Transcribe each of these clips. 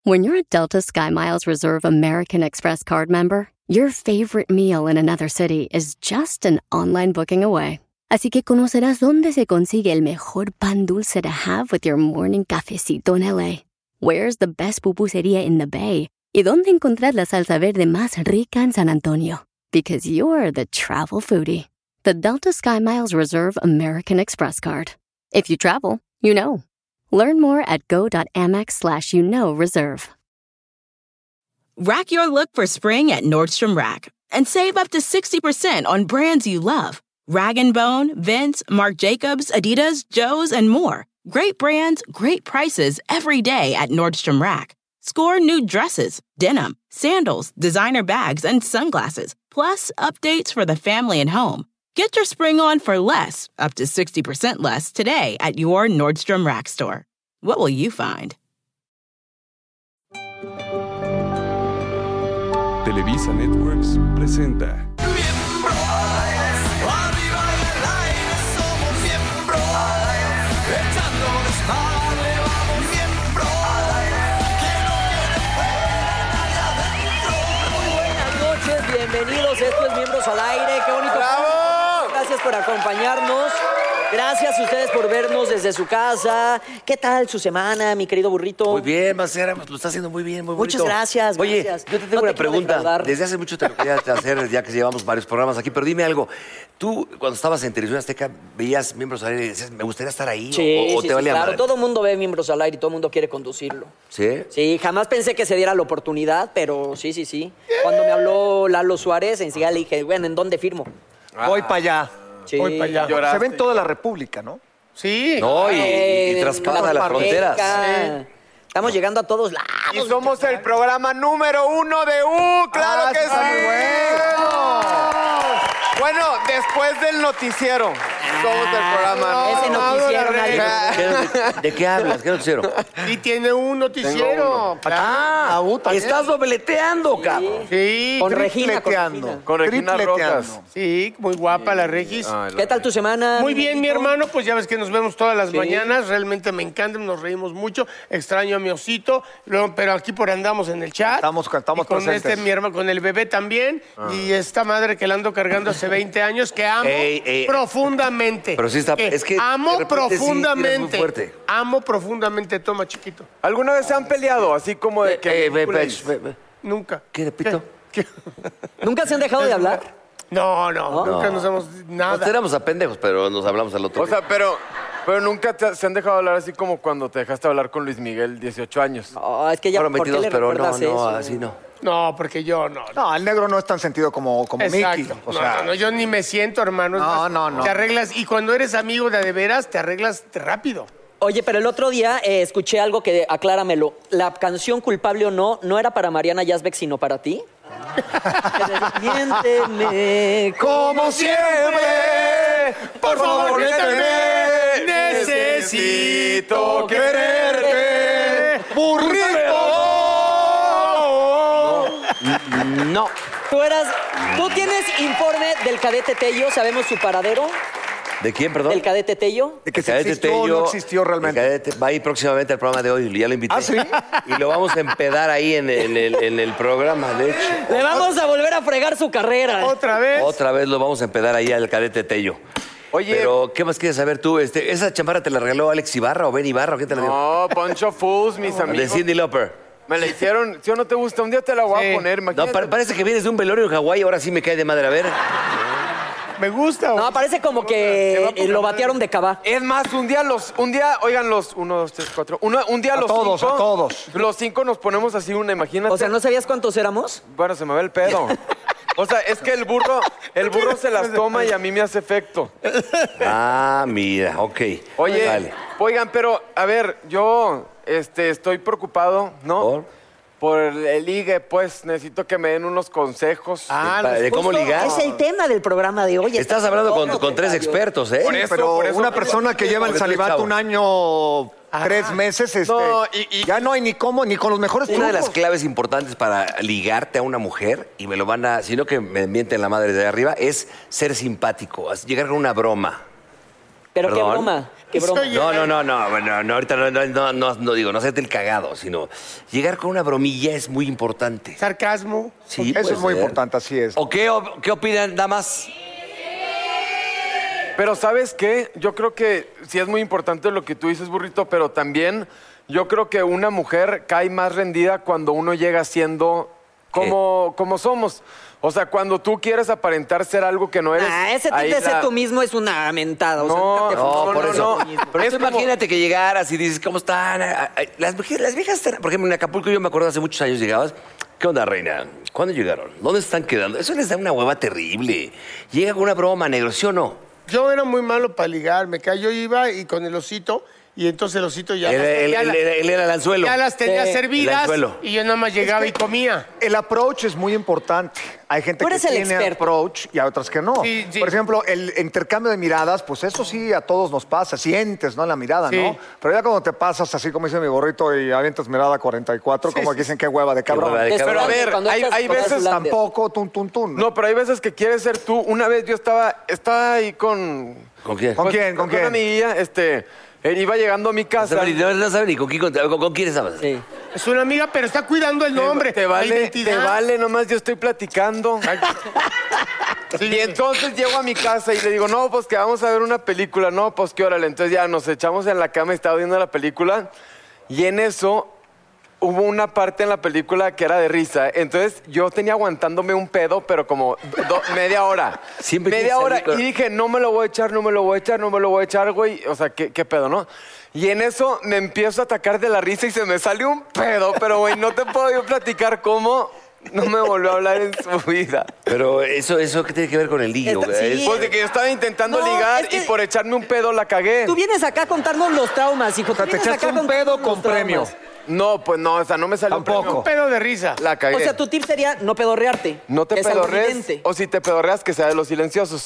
When you're a Delta SkyMiles Reserve American Express card member, your favorite meal in another city is just an online booking away. Así que conocerás dónde se consigue el mejor pan dulce to have with your morning cafecito en LA. Where's the best pupusería in the Bay? Y dónde encontrar la salsa verde más rica en San Antonio. Because you're the travel foodie. The Delta SkyMiles Reserve American Express card. If you travel, you know. Learn more at go.amex/reserve. Rack your look for spring at Nordstrom Rack and save up to 60% on brands you love. Rag & Bone, Vince, Marc Jacobs, Adidas, Joe's, and more. Great brands, great prices every day at Nordstrom Rack. Score new dresses, denim, sandals, designer bags, and sunglasses, plus updates for the family and home. Get your spring on for less, up to 60% less, today at your Nordstrom Rack store. What will you find? Televisa Networks presenta. Bienvenidos, esto es Miembros al Aire, qué bonito. ¡Bravo! Gracias por acompañarnos, gracias a ustedes por vernos desde su casa. ¿Qué tal su semana, mi querido burrito? Muy bien, Macera, lo está haciendo muy bien, muy bonito. Muchas gracias, Oye, gracias. yo te tengo una pregunta. Desde hace mucho te lo quería hacer, ya que llevamos varios programas aquí, pero dime algo. Tú, cuando estabas en Televisión Azteca, veías Miembros al Aire y decías, ¿me gustaría estar ahí? Sí, ¿O te valía claro, madre? todo el mundo ve Miembros al Aire y todo el mundo quiere conducirlo. ¿Sí? Sí, jamás pensé que se diera la oportunidad, pero sí. Cuando me habló Lalo Suárez, enseguida le dije, bueno, ¿en dónde firmo? Voy para allá. Sí. Voy para allá. Lloraste. Se ve en toda la República, ¿no? Sí. No, y traspasa las fronteras. Sí. Estamos llegando a todos lados. Y somos el programa número 1 de ¡Claro que sí! Está muy bueno. Bueno, después del noticiero. Somos el programa. Ese noticiero nadie ¿De qué hablas? ¿Qué no hicieron? Y tiene un noticiero. Estás dobleteando, cabrón. Sí. Con Regina, Tripleteando. Con Regina Tripleteando. Rojas. Sí, muy guapa la Regis. ¿Qué tal tu semana? Muy bien, mi Miguelito? hermano, pues ya ves que nos vemos todas las Sí. mañanas, realmente me encanta, nos reímos mucho, extraño a mi osito, pero aquí por andamos en el chat. Estamos y con presentes. mi hermano, con el bebé también, y esta madre que la ando cargando hace 20 años, que amo profundamente. Pero sí está, es que amo de repente sí profundamente. eres muy fuerte. Amo profundamente, toma chiquito. ¿Alguna vez se han peleado? Así como de que... Ve. Nunca. ¿Qué, repito? ¿Qué? ¿Nunca se han dejado de hablar? No, nunca nos hemos nada. Nos tiramos a pendejos, pero nos hablamos al otro. O sea, pero nunca se han dejado hablar así como cuando te dejaste hablar con Luis Miguel, 18 años. Oh, es que ya, Fueron ¿por qué 22, le pero recuerdas no, eso? así no. No, porque yo no. No, el negro no es tan sentido como Mickey. Exacto. O sea, No, yo ni me siento, hermano. Es No, más, no. Te arreglas, y cuando eres amigo de veras, te arreglas rápido. Oye, pero el otro día escuché algo que, acláramelo, la canción Culpable o No era para Mariana Yazbek, sino para ti. Miénteme como siempre, Por favor, miénteme. Necesito quererte. No. ¿Tú tienes informe del cadete Tello? ¿Sabemos su paradero? ¿De quién, perdón? ¿Del cadete Tello? De que El si cadete existió o Tello, no existió realmente. el cadete va a ir próximamente al programa de hoy, ya lo invité. ¿Ah, sí? Y lo vamos a empedar ahí en el programa, de hecho. Le vamos a volver a fregar su carrera. Otra vez. Otra vez lo vamos a empedar ahí al cadete Tello. Oye. Pero, ¿qué más quieres saber tú? ¿Esa chamarra te la regaló Alex Ibarra o Ben Ibarra o quién te la dio? No, Poncho Fools, mis De amigos. Cyndi Lauper. Me la hicieron. ¿Sí o no te gusta? Un día te la voy a poner, No, imagínate. parece que vienes de un velorio en Hawái, ahora sí me cae de madre. A ver. Me gusta. No, parece como que lo batearon de cabá. Es más, un día, oigan, los 1, 2, 3, 4. Un día A los todos, 5. a todos. Los 5 nos ponemos así una, imagínate. O sea, ¿no sabías cuántos éramos? Bueno, se me ve el pedo. O sea, es que el burro se las toma y a mí me hace efecto. Ah, mira, ok. Oye, Dale. oigan, pero, a ver, yo estoy preocupado, ¿no? Por el ligue, pues, necesito que me den unos consejos. ¿De cómo Justo ligar? Es el tema del programa de hoy. Estás hablando con tres expertos, ¿eh? Por eso, Pero por eso. una persona que lleva el Porque tú eres celibato chavo. un año, 3 meses, No, ya no hay ni cómo, ni con los mejores Una de las trucos. claves importantes para ligarte a una mujer, y me lo van a, sino que me mienten la madre de arriba, es ser simpático, llegar con una broma. ¿Pero qué Perdón. broma? qué broma. No, ahorita no digo, no hacerte el cagado, sino llegar con una bromilla es muy importante. Sarcasmo. Sí, Eso es muy importante, así es. ¿O qué opinan, damas? Pero ¿sabes qué? Yo creo que sí es muy importante lo que tú dices, burrito, pero también yo creo que una mujer cae más rendida cuando uno llega siendo como somos. O sea, cuando tú quieres aparentar ser algo que no eres... ese tip de ser tú mismo es una mentada. Por eso. Pero Es tú imagínate que llegaras y dices, ¿cómo están? Las viejas están... Por ejemplo, en Acapulco yo me acuerdo hace muchos años llegabas... ¿Qué onda, reina? ¿Cuándo llegaron? ¿Dónde están quedando? Eso les da una hueva terrible. Llega con una broma, negro, ¿sí o no? Yo era muy malo para ligar. Yo iba y con el osito... Y entonces el osito ya... Él era el anzuelo. Ya las tenía El servidas anzuelo. y yo nada más llegaba y comía. El approach es muy importante. Hay gente que tiene approach y hay otras que no. Sí. Por ejemplo, el intercambio de miradas, pues eso sí a todos nos pasa. Sientes, ¿no? La mirada, ¿no? Pero ya cuando te pasas, así como dice mi gorrito, y avientas mirada 44, como que dicen qué hueva de cabrón. Pero a ver, hay veces... Tampoco, tun. No, pero hay veces que quieres ser tú. Una vez yo estaba ahí con... ¿Con quién? ¿Con quién? Con una amiguilla, él iba llegando a mi casa. No sabe ni con quién estabas. Sí. Es una amiga, pero está cuidando el nombre, Te vale, la identidad. te vale, nomás yo estoy platicando. Y entonces llego a mi casa y le digo, no, pues que vamos a ver una película. No, pues que órale. Entonces ya nos echamos en la cama y estaba viendo la película. Y en eso hubo una parte en la película que era de risa. Entonces yo tenía aguantándome un pedo, pero como media hora. Siempre media hora. con... Y dije, no me lo voy a echar, güey. O sea, ¿qué pedo, no? Y en eso me empiezo a atacar de la risa y se me salió un pedo. Pero, güey, no te puedo yo platicar cómo no me volvió a hablar en su vida. Pero eso ¿qué tiene que ver con el ligue? Sí. Pues de que yo estaba intentando ligar y por echarme un pedo la cagué. Tú vienes acá a contarnos los traumas, hijo. O sea, te echaste un pedo con premio. No, pues no, o sea, no me salió Tampoco. Un pedo de risa. La cagué. O sea, tu tip sería no pedorrearte. No te Es algo pedorrees, evidente. o si te pedorreas, que sea de los silenciosos.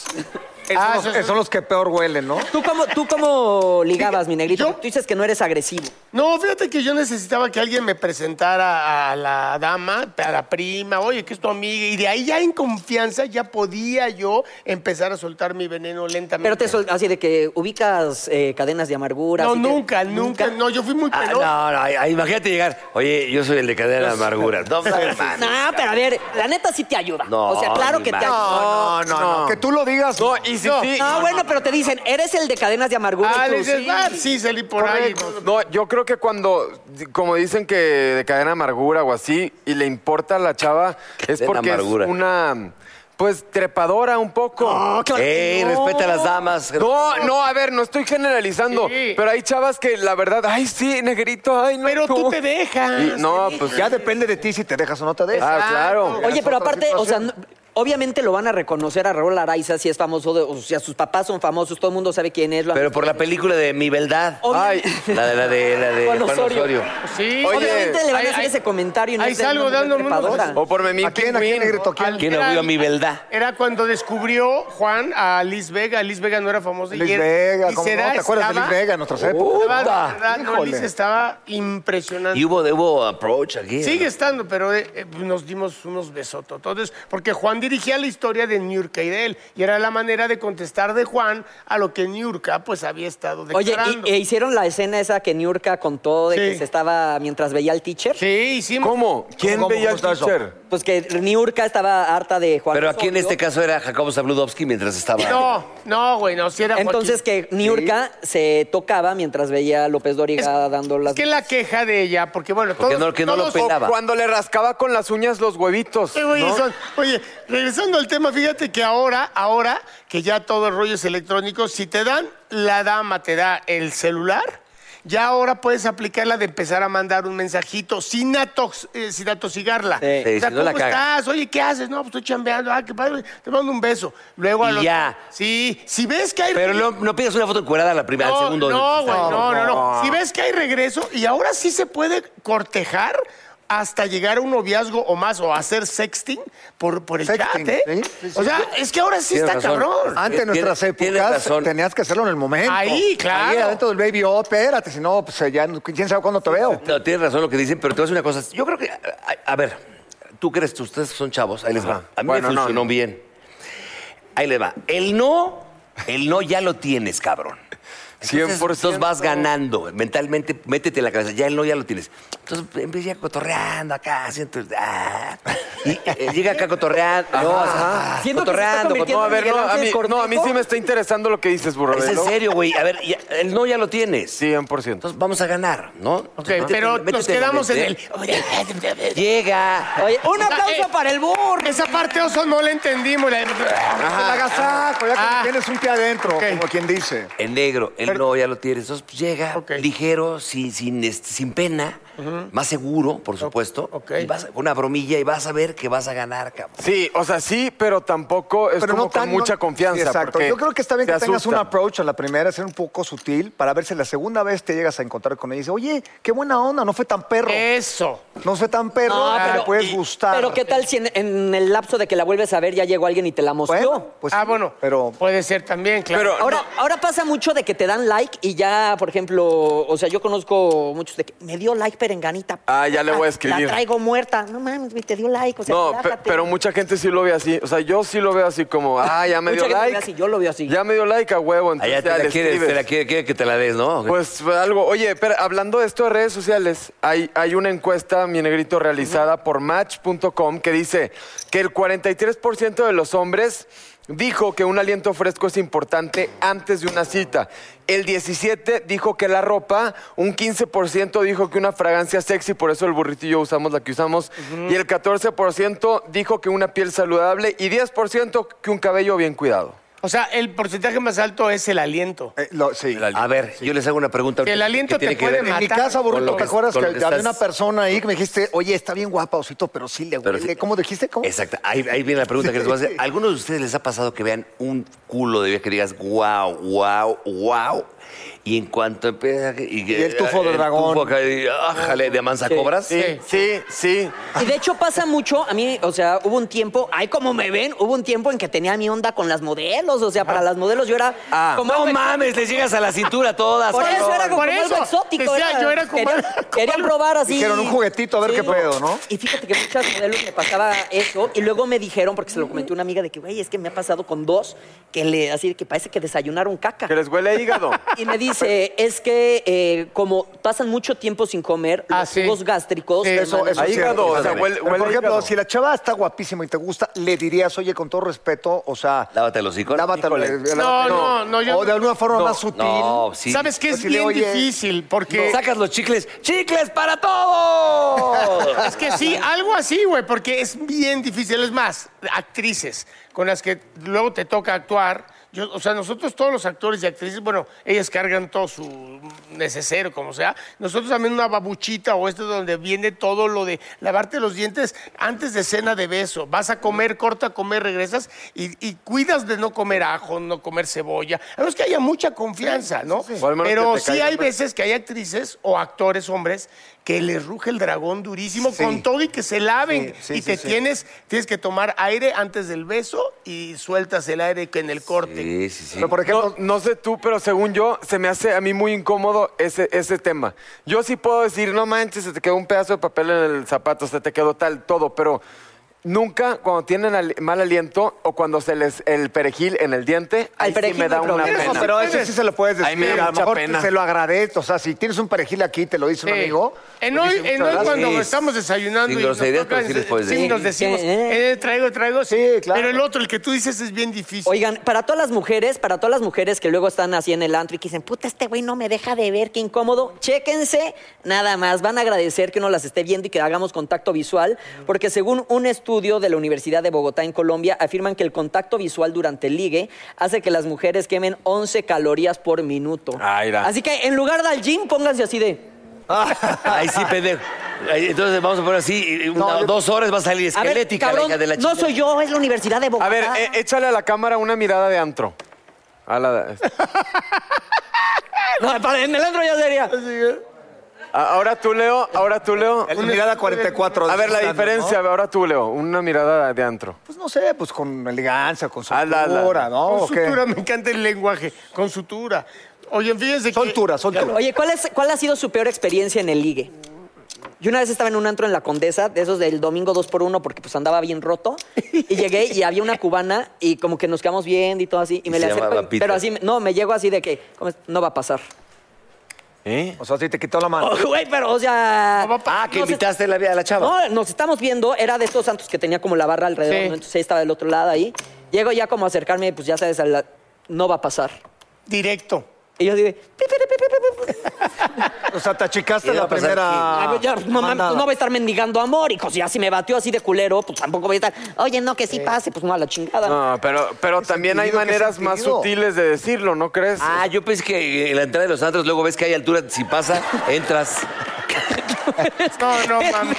Esos son los que peor huelen, ¿no? ¿Tú cómo ligabas, mi negrito? ¿Yo? Tú dices que no eres agresivo. No, fíjate que yo necesitaba que alguien me presentara a la dama, a la prima, oye, que es tu amiga. Y de ahí ya en confianza ya podía yo empezar a soltar mi veneno lentamente. Pero así de que ubicas cadenas de amargura. No, así que- nunca. No, yo fui muy peloso. Imagínate llegar. Oye, yo soy el de cadena de amargura. No, No, pero a ver, la neta sí te ayuda. No, o sea, claro ni que te madre. ayuda. No. Que tú lo digas. No, y sí, sí. No, bueno, pero te dicen, eres el de cadenas de amargura. y Le tú, dices, sí. sí, salí por ahí. No, yo creo que cuando, como dicen que de cadena de amargura o así, y le importa a la chava, es Cadena porque amargura. es una, pues, trepadora un poco. No, claro que no. Respeta a las damas. No, a ver, no estoy generalizando, Sí. pero hay chavas que la verdad, ay, sí, negrito, ay, no. Pero tú no. te dejas. Y, no, pues Ya depende de ti si te dejas o no te dejas. Ah, claro. Oye, pero otra aparte, o sea, situación. obviamente lo van a reconocer a Raúl Araiza si es famoso, o sea, sus papás son famosos, todo el mundo sabe quién es. Pero por la película de Mi Beldad. Ay, La de Juan Juan Osorio. Osorio. Sí. Oye, Obviamente le van a ahí- hacer ese comentario y no ahí es de salgo una mujer dándome unos trepadora. besos. o por Memín ¿A quién, Pingüín. negrito? ¿Quién? ¿Quién no vio Mi Beldad? Era cuando descubrió Juan a Liz Vega. Liz Vega no era famosa. Liz y él- Vega, y ¿cómo no? será, ¿Te acuerdas de Liz estaba- Vega en nuestras épocas? Estaba, de verdad, no, Híjole. Liz estaba impresionante. Y hubo approach aquí. Sigue estando, pero nos dimos unos besotos. Entonces, porque Juan dirigía la historia de Niurka y de él. Y era la manera de contestar de Juan a lo que Niurka pues había estado Oye, declarando. ¿e hicieron la escena esa que Niurka contó de Sí. que se estaba mientras veía al teacher? Sí, hicimos. ¿Cómo? ¿Quién ¿Cómo veía al está eso? teacher? Pues que Niurka estaba harta de Juan Pero aquí en Osorio. este caso era Jacobo Zabludovsky mientras estaba... No, güey, no, si era Joaquín. Entonces que Niurka se tocaba mientras veía a López Dóriga dando las... Es que la queja de ella, porque bueno, Porque todos, que no lo todos- pelaba. Cuando le rascaba con las uñas los huevitos. Sí, oye, ¿no? oye, regresando al tema, fíjate que ahora que ya todo el rollo es electrónico, si te dan, la dama te da el celular, ya ahora puedes aplicarla de empezar a mandar un mensajito sin atosigarla. Sí. Sí, O sea, si no la ¿cómo cagas. estás? Oye, ¿qué haces? No, pues estoy chambeando. Ah, qué padre. Te mando un beso. Luego a Y los... ya. Sí, si ves que hay... Pero no pidas una foto encuerada al segundo. No, güey, no. Si ves que hay regreso y ahora sí se puede cortejar hasta llegar a un noviazgo o más o hacer sexting por el Sexting, chat, ¿eh? sí, sí, sí. O sea, es que ahora sí Tienes está razón. cabrón. Antes en nuestras Tienes épocas razón. tenías que hacerlo en el momento. Ahí, claro. Ahí adentro del baby, espérate, si no, pues ya, quién sabe cuándo te veo. No, tienes razón lo que dicen, pero te voy a decir una cosa. Yo creo que, a ver, tú crees, ustedes son chavos, ahí les va. A mí Bueno, me no, funcionó bien. Ahí les va. El no ya lo tienes, cabrón. Entonces vas ganando. Mentalmente, métete en la cabeza. Ya el no ya lo tienes. Entonces empieza cotorreando acá. Y llega acá cotorreando. Siento que se está cotorreando. convirtiendo en Miguel Ángel A mí sí me está interesando lo que dices, burro. Es en serio, güey. A ver, el no ya lo tienes. 100%. Entonces vamos a ganar, ¿no? Ok, pero nos quedamos en el... Llega. Oye, un aplauso para el burro. Esa parte, Oso, no la entendimos. El agasajo, ya que tienes un pie adentro, como quien dice. En negro, el no ya lo tienes. Entonces pues, llega ligero, sin pena, más seguro, por supuesto. Y vas con una bromilla y vas a ver que vas a ganar, cabrón. Sí, o sea, sí, pero tampoco es como con mucha confianza. Sí, exacto. porque Yo creo que está bien que te tengas un asusta. approach a la primera, ser un poco sutil, para ver si la segunda vez te llegas a encontrar con ella y dices, oye, qué buena onda, no fue tan perro. Eso. No fue tan perro, me puedes gustar. Pero ¿qué tal si en el lapso de que la vuelves a ver ya llegó alguien y te la mostró? Bueno, pues sí, Bueno, pero... puede ser también, claro. Pero Ahora pasa mucho de que te dan like y ya, por ejemplo, o sea, yo conozco muchos de que me dio like perenganita. Ya le voy a escribir. La traigo muerta. No mames, güey, te dio like, o sea, no, relájate. pero mucha gente sí lo ve así. O sea, yo sí lo veo así como, ya me dio Mucha gente lo ve like. así, yo lo veo así. Ya me dio like a huevo, entonces Allá te ya la le quiere escribes. que te la des, ¿no? Pues algo. Oye, pero hablando de esto de redes sociales, hay una encuesta, mi negrito, realizada por Match.com que dice que el 43% de los hombres dijo que un aliento fresco es importante antes de una cita. El 17% dijo que la ropa, un 15% dijo que una fragancia sexy, por eso el burrito y yo usamos la que usamos, y el 14% dijo que una piel saludable y 10% que un cabello bien cuidado. O sea, el porcentaje más alto es el aliento. Sí. A ver, yo les hago una pregunta. Que el aliento ¿Qué tiene te que puede ver? En mi matar. casa, Con burrito, lo ¿te que- acuerdas con que lo que había estás- una persona ahí que me dijiste, oye, está bien guapa, Osito, pero sí le Pero huele? sí. ¿Cómo dijiste? ¿Cómo? Exacto. Ahí viene la pregunta que les voy a hacer. ¿A algunos de ustedes les ha pasado que vean un culo de vieja que digas, wow, wow, wow? Y en cuanto empieza... Y el tufo de dragón. Tufo acá, ájale, de manzacobras. Sí. Y de hecho pasa mucho, a mí, o sea, hubo un tiempo, ay, como me ven, hubo un tiempo en que tenía mi onda con las modelos, o sea, para las modelos yo era como No algo mames, les llegas a la cintura todas. Por eso era como Por algo eso, exótico. decía, yo era como- Querían probar así. Dijeron un juguetito, a ver qué pedo, ¿no? Y fíjate que muchas modelos me pasaba eso. Y luego me dijeron, porque se lo comenté a una amiga, de que, güey, es que me ha pasado con dos, así que parece que desayunaron caca. Que les huele a hígado. Y me dice, es que como pasan mucho tiempo sin comer, los sí. jugos gástricos... Sí, Eso A es hígado, cierto. o sea, Pero, huele por a ejemplo, hígado. si la chava está guapísima y te gusta, le dirías, oye, con todo respeto, o sea... Lávate los hocico. Lávate. No, yo- O de alguna forma más sutil. No, sí. ¿Sabes qué? Es Decirle, bien oye, difícil, porque... Sacas los chicles. ¡Chicles para todos! Es que sí, algo así, güey, porque es bien difícil. Es más, actrices con las que luego te toca actuar. O sea, nosotros todos los actores y actrices, bueno, ellas cargan todo su neceser, como sea. Nosotros también una babuchita o donde viene todo lo de lavarte los dientes antes de cena de beso. Vas a comer, corta a comer, regresas y cuidas de no comer ajo, no comer cebolla. A menos que haya mucha confianza, ¿no? O al menos Pero que te sí caiga hay mal. veces que hay actrices o actores, hombres, que les ruge el dragón durísimo Sí. con todo y que se laven. Sí, y te sí. tienes que tomar aire antes del beso y sueltas el aire en el corte. Sí. Pero, por ejemplo, No sé tú, pero según yo, se me hace a mí muy incómodo ese tema. Yo sí puedo decir, no manches, se te quedó un pedazo de papel en el zapato, se te quedó todo, pero nunca cuando tienen mal aliento o cuando se les el perejil en el diente, Al ahí sí perejil me da no hay una problema. pena. no, pero eso sí se lo puedes decir. Ahí me da a lo mucha mejor pena. se lo agradezco. O sea, si tienes un perejil aquí, te lo dice un Sí. amigo. En pues hoy, dices, en muchas hoy gracias. cuando Sí. estamos desayunando Sin y nos groserías, toca, pero sí les puedes sí, decir. nos decimos, traigo. Sí, claro. Pero el otro, el que tú dices, es bien difícil. Oigan, para todas las mujeres que luego están así en el antro y que dicen, puta, este güey no me deja de ver, qué incómodo, chéquense, nada más, van a agradecer que uno las esté viendo y que hagamos contacto visual, porque según un estudio de la Universidad de Bogotá en Colombia, afirman que el contacto visual durante el ligue hace que las mujeres quemen 11 calorías por minuto. Ay, ra. Así que en lugar del gym, pónganse así de... Ahí sí, pendejo. Entonces vamos a poner así, 2 horas va a salir A ver, esquelética cabrón, la hija de la no chica. soy yo, es la Universidad de Bogotá. A ver, échale a la cámara una mirada de antro. No, en el antro ya sería... Ahora tú, Leo. El mirada 44. A ver, la estándar, diferencia, ¿no? ahora tú, Leo. Una mirada de antro. Pues no sé, pues con elegancia, con Hazla. soltura, ¿no? Con ¿O qué? sutura, me encanta el lenguaje, con sutura. Oye, fíjense que... Soltura. Oye, ¿cuál ha sido su peor experiencia en el ligue? Yo una vez estaba en un antro en La Condesa, de esos del domingo 2x1, porque pues andaba bien roto. Y llegué y había una cubana y como que nos quedamos viendo y todo así. Y me le acerco. Pero así, no, me llego así de que no va a pasar. O sea, sí te quitó la mano. Güey, pero, o sea... que invitaste a la chava. No, nos estamos viendo. Era de estos santos que tenía como la barra alrededor, ¿no? Entonces ella estaba del otro lado ahí. Llego ya como a acercarme, pues ya sabes, no va a pasar. Directo. Y yo digo... O sea, te achicaste la primera... No va a estar mendigando amor. Y ya si me batió así de culero, pues tampoco voy a estar... Oye, no, que sí pase. Pues no, a la chingada. No, pero también hay maneras más sutiles de decirlo, ¿no crees? Yo pensé que en la entrada de los antros luego ves que hay altura. Si pasa, entras. No, mames.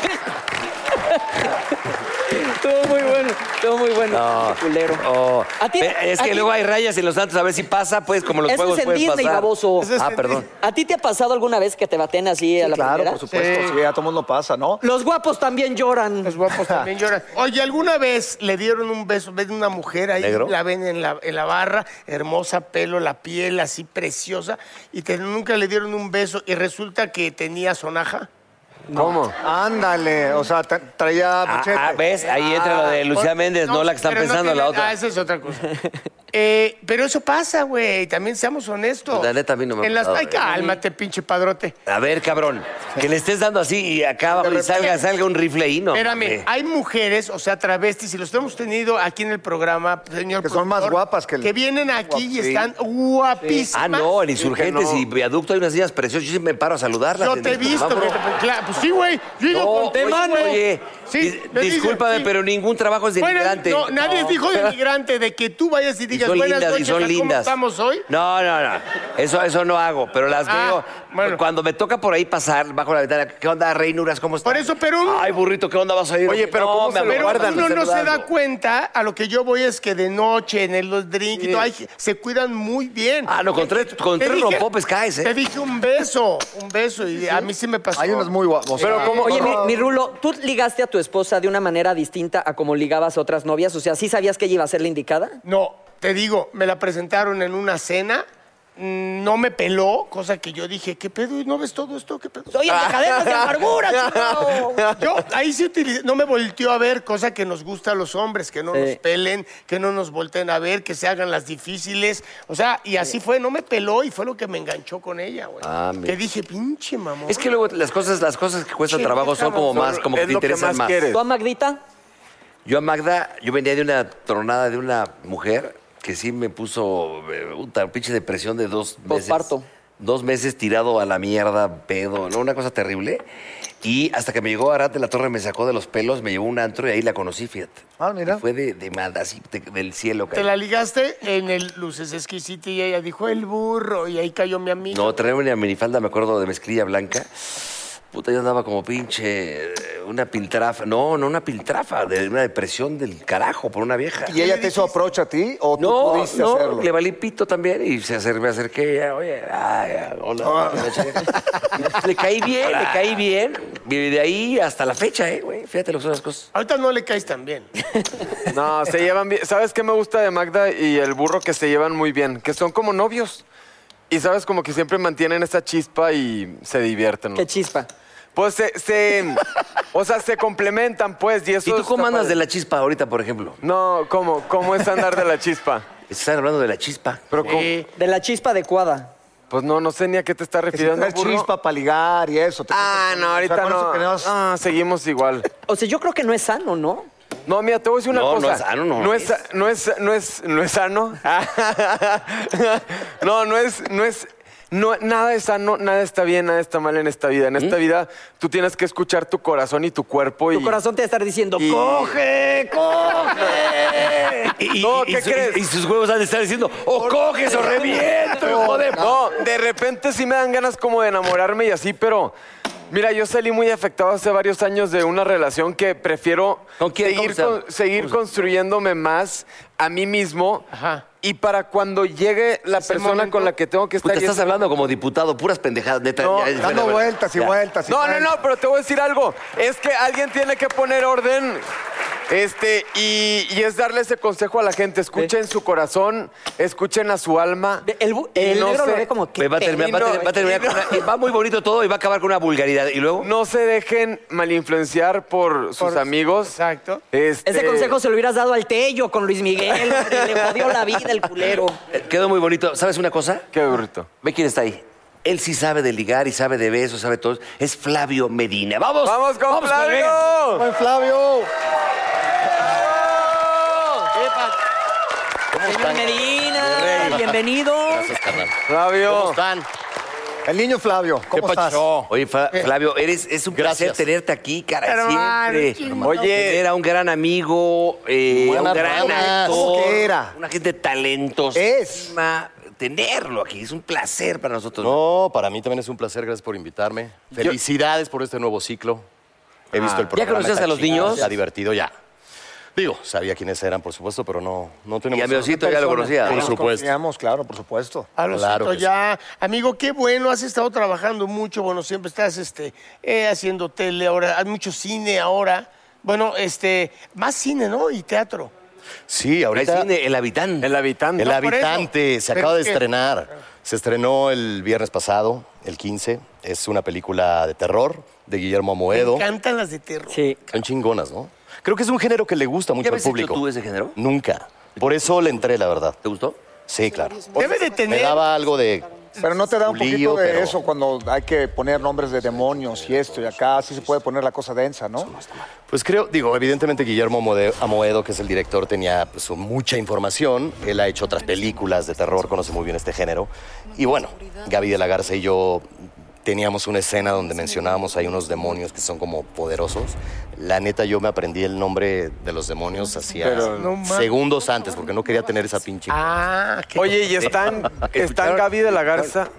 Estuvo muy bueno. No. Culero. Es que luego hay rayas en los antros. A ver si pasa, pues, como los juegos pueden Disney, pasar. baboso. Perdón. ¿A ti te ha pasado alguna vez que te baten así a la Claro, primera? por supuesto. Sí, a todo mundo pasa, ¿no? Los guapos también lloran. Los guapos también lloran. Oye, ¿alguna vez le dieron un beso? Ven una mujer ahí, ¿Negro? la ven en la barra, hermosa pelo, la piel así preciosa, y nunca le dieron un beso y resulta que tenía sonaja? ¿Cómo? Ándale, o sea, traía buchete. ¿Ves? Ahí entra lo de Lucía Méndez, no la que están pero no pensando, tiene- la otra. esa es otra cosa. Pero eso pasa, güey. También seamos honestos. La neta, a mí no me ha En las... pasado, Ay, cálmate, pinche padrote. A ver, cabrón, que le estés dando así y acá abajo y salga un rifle ahí, ¿no? Espérame, hay mujeres, o sea, travestis, y los hemos tenido aquí en el programa, señor Que son más productor, guapas que el- que vienen aquí y Sí. están guapísimas. No, en Insurgentes no. y Viaducto hay unas sillas preciosas. Yo siempre me paro a saludarlas. Yo en te he el visto. semáforo. Claro, pues sí, güey. Yo he ido No, con te oye, mano. oye, Sí, me discúlpame, dicen, sí. pero ningún trabajo es de Bueno, inmigrante. no, nadie dijo de migrante, de que tú vayas y Y digas son buenas lindas, y noches, son ¿cómo lindas. estamos hoy? No. Eso no hago, pero las veo. bueno. Cuando me toca por ahí pasar bajo la ventana, ¿qué onda, reinuras? ¿Cómo estás? Por eso, pero uno- Ay, burrito, ¿qué onda vas a ir? Oye, pero ¿cómo se lo Pero guardan? uno no se da cuenta. cuenta, a lo que yo voy es que de noche, en los drinks y todo, se cuidan muy bien. No, con tres Te dije- rompopes caes, ¿eh? Te dije un beso, y a mí sí me pasó. Hay unos muy guapos. Pero ¿cómo? Oye, mi Rulo, ¿tú ligaste a tu esposa de una manera distinta a como ligabas a otras novias? O sea, ¿sí sabías que ella iba a ser la indicada? No, te digo, me la presentaron en una cena, no me peló, cosa que yo dije, ¿qué pedo? ¿No ves todo esto? ¿Qué pedo? Oye, de cadenas de amargura, chingado. Yo ahí sí utilicé, no me volteó a ver, cosa que nos gusta a los hombres, que no nos pelen, que no nos volteen a ver, que se hagan las difíciles. O sea, y así fue, no me peló y fue lo que me enganchó con ella, güey. mira. Que dije, pinche mamón. Es que luego las cosas que cuestan trabajo son como más, como que Es te lo que interesan más más. quieres. ¿Tú a Magdita? Yo a Magda, yo venía de una tronada de una mujer que sí me puso una pinche depresión de 2 meses. Posparto. 2 meses tirado a la mierda, pedo, ¿no? Una cosa terrible. Y hasta que me llegó Arad de la Torre, me sacó de los pelos, me llevó a un antro y ahí la conocí, fíjate. Mira. Y fue de Magda, así, del cielo. Te la ligaste en el Luces Exquisita y ella dijo, el burro, y ahí cayó mi amigo. No, traía una minifalda, me acuerdo, de mezclilla blanca. Puta, yo andaba como pinche, una piltrafa. No, una piltrafa, de una depresión del carajo por una vieja. ¿Y ella te hizo approach a ti o tú pudiste hacerlo? le valí pito también y me acerqué, oye, hola. Le caí bien. Y de ahí hasta la fecha, güey. Fíjate lo que son las cosas. Ahorita no le caes tan bien. No, se llevan bien. ¿Sabes qué me gusta de Magda y el burro? Que se llevan muy bien, que son como novios. Y sabes, como que siempre mantienen esa chispa y se divierten. ¿no? ¿Qué chispa? Pues o sea, se complementan, pues, y eso ¿Y tú está cómo andas padre. de la chispa ahorita, por ejemplo? No, ¿cómo es andar de la chispa? Están hablando de la chispa. Pero ¿cómo? De la chispa adecuada. Pues no sé ni a qué te está Que si refiriendo, traes burro. chispa para ligar y eso. No, ahorita con eso no. tenemos- Seguimos igual. O sea, yo creo que no es sano, ¿no? No, mira, te voy a decir una No, cosa. no es sano, no No es sano. Nada es sano, nada está bien, nada está mal en esta vida. En esta vida tú tienes que escuchar tu corazón y tu cuerpo. Tu corazón te va a estar diciendo, y- ¡coge! No, ¿qué crees? Y sus huevos han de estar diciendo, ¡o coges o reviento, hijo de... No, de repente sí me dan ganas como de enamorarme y así, pero... Mira, yo salí muy afectado hace varios años de una relación que prefiero ¿Con quién? seguir construyéndome más a mí mismo. Ajá. Y para cuando llegue la persona momento. con la que tengo que estar... Puta, y estás hablando como diputado, puras pendejadas, neta. No, Dando vueltas y Ya. vueltas. y No, vueltas. pero te voy a decir algo. Es que alguien tiene que poner orden. Y es darle ese consejo a la gente. Escuchen su corazón, escuchen a su alma. El no negro sé- lo ve como que... Va a terminar con va muy bonito todo y va a acabar con una vulgaridad. Y luego... No se dejen malinfluenciar por sus amigos. Exacto. Ese consejo se lo hubieras dado al Tello con Luis Miguel. Hombre, le jodió la vida el culero. Quedó muy bonito. ¿Sabes una cosa? Qué burrito. Ve quién está ahí. Él sí sabe de ligar y sabe de besos, sabe todo. Es Flavio Medina. ¡Vamos! ¡Vamos con Flavio! ¡Buen Flavio! Señor Medina, bienvenido. Flavio. ¿Cómo están? El niño Flavio, ¿cómo estás? Oye, Flavio, es un placer Gracias. tenerte aquí, cara, Hermano, siempre. Oye. Era un gran amigo, un Buena gran banda. actor. ¿Cómo que era? Una gente talentosa. Tenerlo aquí, es un placer para nosotros. No, para mí también es un placer. Gracias por invitarme. Felicidades por este nuevo ciclo. He visto el programa. conocías está a los chingón, niños? Está divertido, ya. Digo, sabía quiénes eran, por supuesto, pero no tenemos... Y a mi osito ya lo conocía. Por Nos supuesto. conocíamos, claro, por supuesto. A los Claro que ya. Amigo, qué bueno, has estado trabajando mucho, bueno, siempre estás haciendo tele ahora, hay mucho cine ahora. Bueno, más cine, ¿no? Y teatro. Sí, Hay ahorita... cine, El Habitante. El habitante. El No, por Habitante eso. se Pero acaba de es que- estrenar. Se estrenó el viernes pasado, el 15. Es una película de terror de Guillermo Me Amoedo. encantan las de terror. Sí. Son chingonas, ¿no? Creo que es un género que le gusta mucho ¿Ya al habías hecho público. tú ese género? Nunca. Por eso le entré, la verdad. ¿Te gustó? Sí, claro. Debe de Me tener... daba algo de... Pero no te da un Lío, poquito de pero- eso cuando hay que poner nombres de demonios y esto y acá, sí se puede poner la cosa densa, ¿no? Pues creo, evidentemente Guillermo Amoedo, que es el director, tenía pues, mucha información. Él ha hecho otras películas de terror, conoce muy bien este género. Y bueno, Gaby de la Garza y yo teníamos una escena donde mencionábamos hay unos demonios que son como poderosos. La neta, yo me aprendí el nombre de los demonios hacía No mames. segundos antes, porque no quería tener esa pinche... Ah, qué... Oye, ¿y están Gaby de la Garza?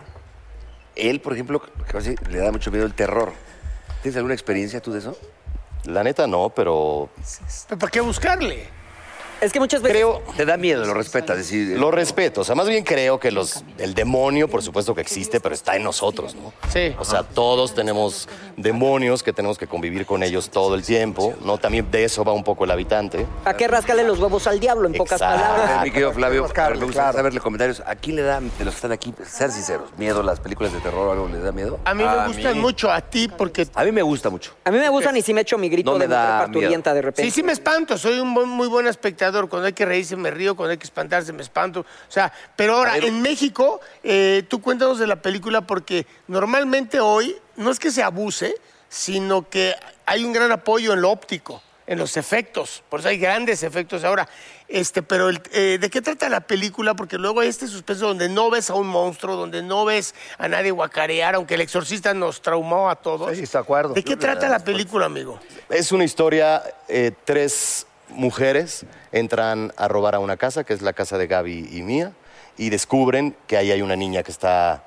Él, por ejemplo, casi le da mucho miedo el terror. ¿Tienes alguna experiencia tú de eso? La neta no, pero ¿Pero ¿para qué buscarle? Es que muchas veces... creo... Te da miedo, lo respetas. Decir, Lo respeto, o sea, más bien creo que el demonio, por supuesto que existe, pero está en nosotros, ¿no? Sí. O sea, todos tenemos demonios que tenemos que convivir con ellos todo el tiempo, ¿no? También de eso va un poco El Habitante. ¿A qué rascarle los huevos al diablo, en pocas Exacto. palabras? mi querido Flavio, Oscar, me gusta claro. saberle comentarios. ¿A quién le da, de los que están aquí, ser sinceros, miedo las películas de terror o algo? ¿Les da miedo? A mí me gustan mucho, a ti, porque... A mí me gusta mucho. A mí me gustan y sí me echo mi grito No me de mujer da parturienta de repente. Sí, me espanto. Soy un muy buen espectador. Cuando hay que reírse me río, cuando hay que espantarse me espanto. O sea, pero ahora, en México, tú cuéntanos de la película porque normalmente hoy no es que se abuse, sino que hay un gran apoyo en lo óptico, en los efectos. Por eso hay grandes efectos ahora. Pero ¿de qué trata la película? Porque luego hay este suspenso donde no ves a un monstruo, donde no ves a nadie guacarear, aunque El Exorcista nos traumó a todos. Sí, de acuerdo. ¿De qué trata la película, amigo? Es una historia, 3 mujeres entran a robar a una casa, que es la casa de Gaby y mía, y descubren que ahí hay una niña que está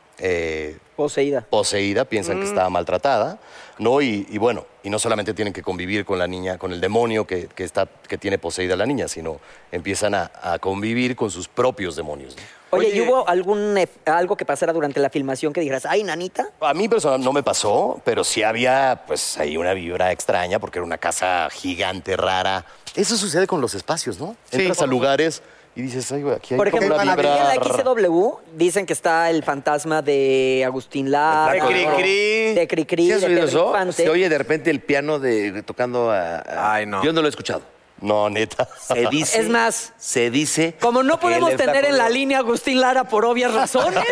Poseída. piensan que está maltratada, ¿no? Y bueno, y no solamente tienen que convivir con la niña, con el demonio que tiene poseída la niña, sino empiezan a convivir con sus propios demonios, ¿no? Oye, ¿y hubo algo que pasara durante la filmación que dijeras, ay, nanita? A mí personalmente no me pasó, pero sí había, pues, ahí una vibra extraña porque era una casa gigante, rara. Eso sucede con los espacios, ¿no? Sí. Entras a lugares y dices, ay, güey, aquí hay Por como ejemplo, una aquí en vibra la rara. XCW dicen que está el fantasma de Agustín Lara. De Cricri. De Cricri, ¿Sí has de oído Pedro eso? Infante. Se oye de repente el piano tocando Ay, no. Yo no lo he escuchado. No, neta. Se dice... Es más, Se dice... como no que podemos él está tener en la con- línea a Agustín Lara por obvias razones,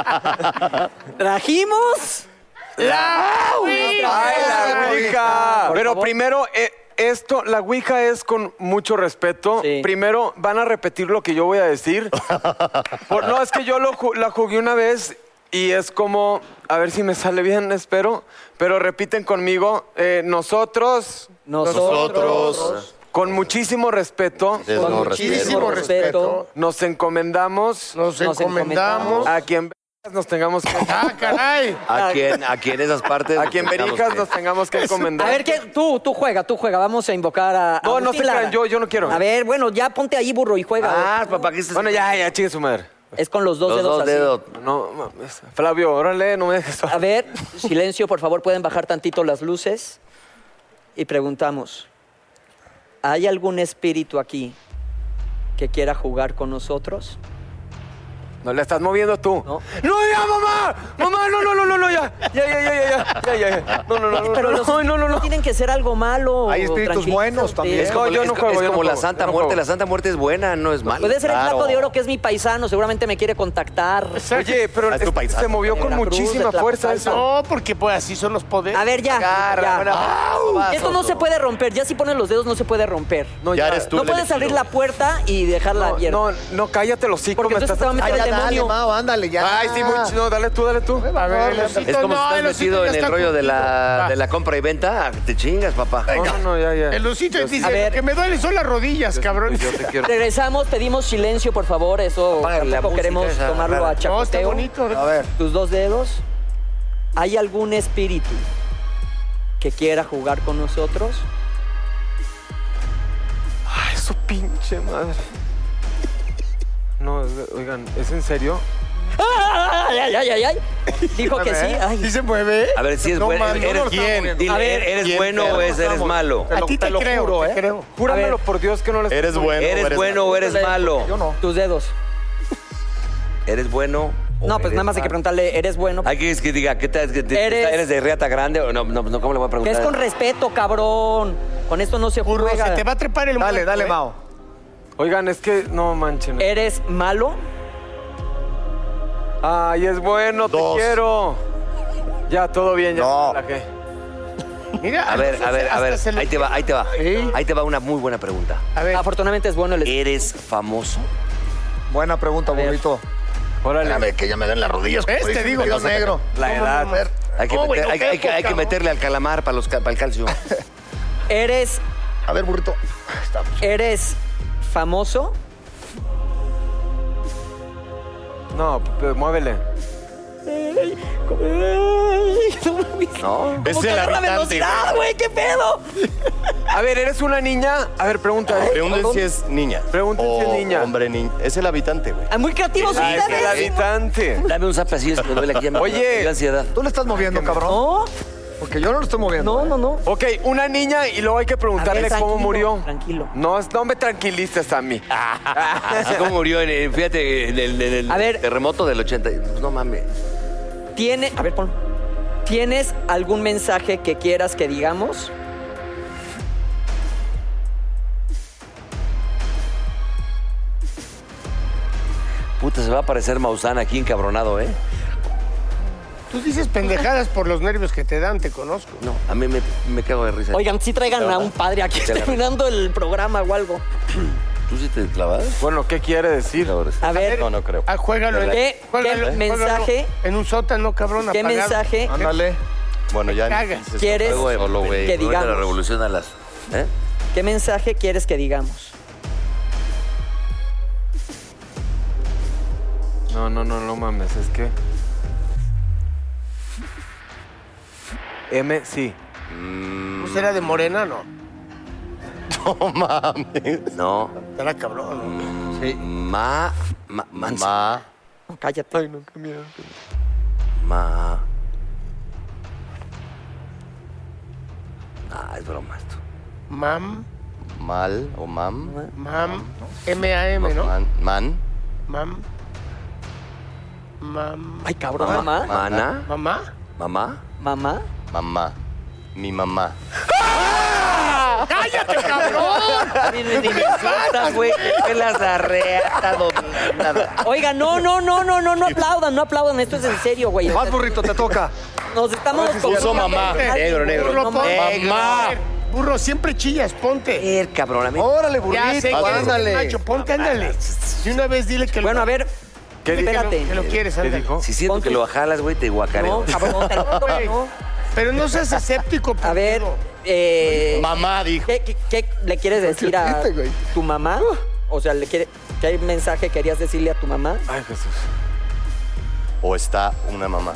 trajimos la ¡Ay, la Ouija! Por Pero favor. primero, la Ouija es con mucho respeto. Sí. Primero, van a repetir lo que yo voy a decir. No, es que yo la jugué una vez y es como, a ver si me sale bien, espero. Pero repiten conmigo, nosotros, Nosotros. con muchísimo respeto, Es no Muchísimo respeto. nos encomendamos Nos encomendamos. a quien nos tengamos que... ¡Ah, caray! A quien esas partes... A quien Berijas nos tengamos que encomendar. A ver, tú juega. Vamos a invocar a No, no Agustín se Lara. crean, yo no quiero. A ver, bueno, ya ponte ahí, burro, y juega. Ah, papá, ¿qué estás... Bueno, ya, chingue su madre. Es con los dos Los dedos dos así. dedos. No, mames. Flavio, órale, no me dejes solo. A ver, silencio, por favor, pueden bajar tantito las luces. Y preguntamos. ¿hay algún espíritu aquí que quiera jugar con nosotros? No le estás moviendo tú. No. ¡No, ya, mamá! ¡Mamá, no, ya! Ya. Pero No. no tienen que ser algo malo. Hay espíritus tranquilitos, buenos también. Es como, No, yo no juego, es yo no como la juego, Santa yo no Muerte. juego. La Santa Muerte es buena, no es mala. Puede ser el Claro. Flaco de Oro, que es mi paisano, seguramente me quiere contactar. Oye, pero Es tu paisano. se movió con Veracruz, muchísima de fuerza Tlaxcala. eso. No, porque pues así son los poderes. A ver, ya. Esto no se puede. puede romper. Ya si ponen los dedos no se puede romper. No, Ya eres tú. No el puedes abrir elegido. la puerta y dejarla abierta. No, cállate los hocico. Porque me entonces estás... te va a meter Ay, el ya dale, demonio. Mao, ándale, ya. Ay, sí, no, dale tú. A ver, el osito, Es como no, si el estás osito metido ya en el está rollo de contigo. la compra y venta. Te chingas, papá. No, ya. El osito dice, A ver. lo que me duele son las rodillas, cabrón. Yo te quiero. Regresamos, pedimos silencio, por favor. Eso Apágale la tampoco música queremos esa tomarlo rara. a No, está chacoteo. bonito. A ver. Tus dos dedos. ¿Hay algún espíritu que quiera jugar con nosotros? Ay, su pinche madre. No, oigan, ¿es en serio? ¡Ay! Dijo que sí. Ay. ¿Sí se mueve? A ver si es No, bueno. man, no ¿Eres lo quién? estamos viendo. Dile, A ver, ¿eres ¿quién bueno te o lo eres malo? A ti te lo creo, juro, te ¿eh? creo. Júramelo ver. por Dios que no les... ¿Eres bueno ¿Eres bueno o eres malo? Yo no. Tus dedos. ¿Eres bueno o No, pues eres nada más hay que malo? preguntarle, ¿eres bueno? Hay que diga, ¿qué tal? Eres- ¿Eres de Riata Grande? O no, ¿cómo le voy a Que preguntar? es con respeto, cabrón. Con esto no se Burro, juega. se te va a trepar el Dale, muerto, dale, ¿eh? Mao. Oigan, es que no manchen. ¿Eres malo? Ay, es bueno, te Dos. quiero. Ya, todo bien, ya. No. me relajé. Mira, A ver, hasta se lo- ahí te va. ¿Sí? Ahí te va una muy buena pregunta. A ver, Afortunadamente es bueno el espíritu. ¿Eres famoso? Buena pregunta, ver. burrito. Órale. Espérame, que ya me den las rodillas. ¿Ves? como Te dice digo, mi Dios no sé. negro. La edad. Hay que, No, güey, no hay quepo, que cabrón. meterle al calamar para el calcio. ¿Eres A ver, burrito. Estamos. ¿Eres famoso? No, pues muévele. No. Es el habitante. güey! ¿Qué pedo? A ver, ¿eres una niña? A ver, pregunta. Pregunten si es niña. Pregunten si es O niña. Hombre, niña. Es el habitante, güey. Muy creativos Ah, es el ustedes. habitante. Dame un zap así, me duele aquí. Oye. Me dio ansiedad. ¿Tú le estás moviendo, cabrón? No, Porque yo no lo estoy moviendo. no. Ok, una niña y luego hay que preguntarle A ver, cómo tranquilo, murió. tranquilo. No me tranquilices a mí. Así como murió fíjate, en el A ver. terremoto del 80. Pues no mames. A ver, pon. ¿Tienes algún mensaje que quieras que digamos? Puta, se va a aparecer Maussan aquí encabronado, ¿eh? tú dices pendejadas por los nervios que te dan, te conozco. No, a mí me cago de risa. Oigan, sí traigan a un padre aquí Te la- terminando el programa o algo. ¿Tú sí te clavas? Bueno, ¿qué quiere decir? A ver, No, no creo. Ah, juégalo. ¿Qué mensaje? En un sótano, cabrón, ¿qué apagado. mensaje Ándale. Bueno, ya cagas. dices ¿Quieres solo, güey. que digamos? La revolución a las... ¿Eh? ¿Qué mensaje quieres que digamos? No mames, es que... Sí. Pues era de morena, ¿no? No mames. No. Era cabrón, ¿no? Ma. No, cállate. Ay, no, qué miedo. Es broma esto. Mam, Mal o mam. M-A-M, ¿no? Man. Mam. Ay, cabrón, mamá. Mana. ¿Mamá? Mamá. Mamá. Mamá. Mi mamá. ¡Cállate, cabrón! Ni me insultas, güey. Pelas la reata dominada. Oiga, no aplaudan, esto es en serio, güey. Vas, burrito, te toca. Nos estamos Puso mamá. Negro. Burro, ponte. Mamá. Burro, siempre chillas, ponte. Cabrón, a mí. Órale, Ya sé burrito, que eres ándale. macho, ponte, ándale. Y una vez dile que Bueno, a ver, ¿Qué dijo? espérate. que lo quieres, ¿Qué ándale. dijo? Si siento Ponte. que lo jalas, güey, te guacareo. No, cabrón, te lo juro, Güey, no. pero no seas escéptico, A ver, pendejo. Mamá dijo. ¿qué le quieres decir a dijiste, güey? tu mamá? O sea, ¿qué mensaje querías decirle a tu mamá? Ay, Jesús. O está una mamá.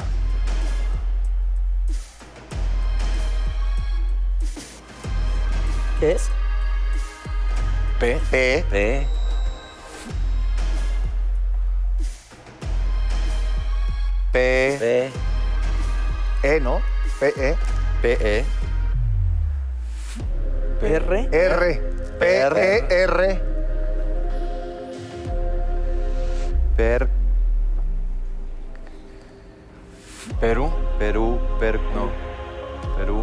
¿Qué es? P. P. P. ¿No? P-E. P-E. R. R. P-E-R. Perú. No. Perú.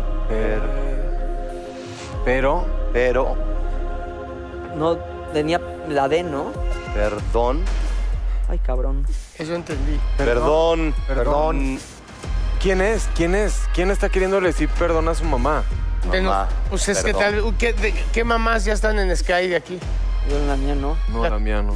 Pero. No, tenía la D, ¿no? Perdón. Ay, cabrón. Eso entendí. Perdón. ¿Quién es? ¿Quién está queriendo decir perdón a su mamá? Mamá, Pues es que perdón. ¿qué mamás ya están en Sky de aquí? Yo en la mía no. No, la mía no.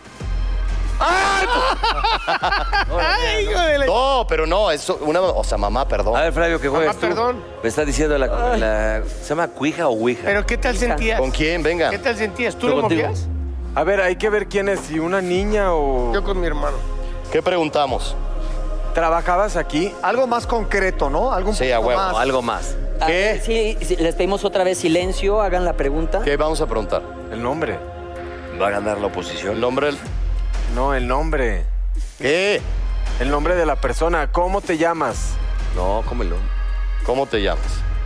¡Ay, hijo de la... No, pero no, eso, o sea, mamá, perdón. A ver, Flavio, ¿qué juegas tú? perdón. Me está diciendo ¿se llama cuija o ouija? ¿Pero qué tal sentías? ¿Con quién? Venga. ¿Qué tal sentías? ¿Tú Yo lo contigo. movías? A ver, hay que ver quién es, si una niña o... Yo con mi hermano. ¿Qué preguntamos? ¿Trabajabas aquí? Algo más concreto, ¿no? Algo un Sí, a poquito huevo, más. Algo más. A ¿Qué? ver, sí, les pedimos otra vez silencio, hagan la pregunta. ¿Qué vamos a preguntar? El nombre. ¿Va a ganar la oposición? ¿El nombre? No, el nombre. ¿Qué? El nombre de la persona. ¿Cómo te llamas? No, cómelo. ¿Cómo te llamas?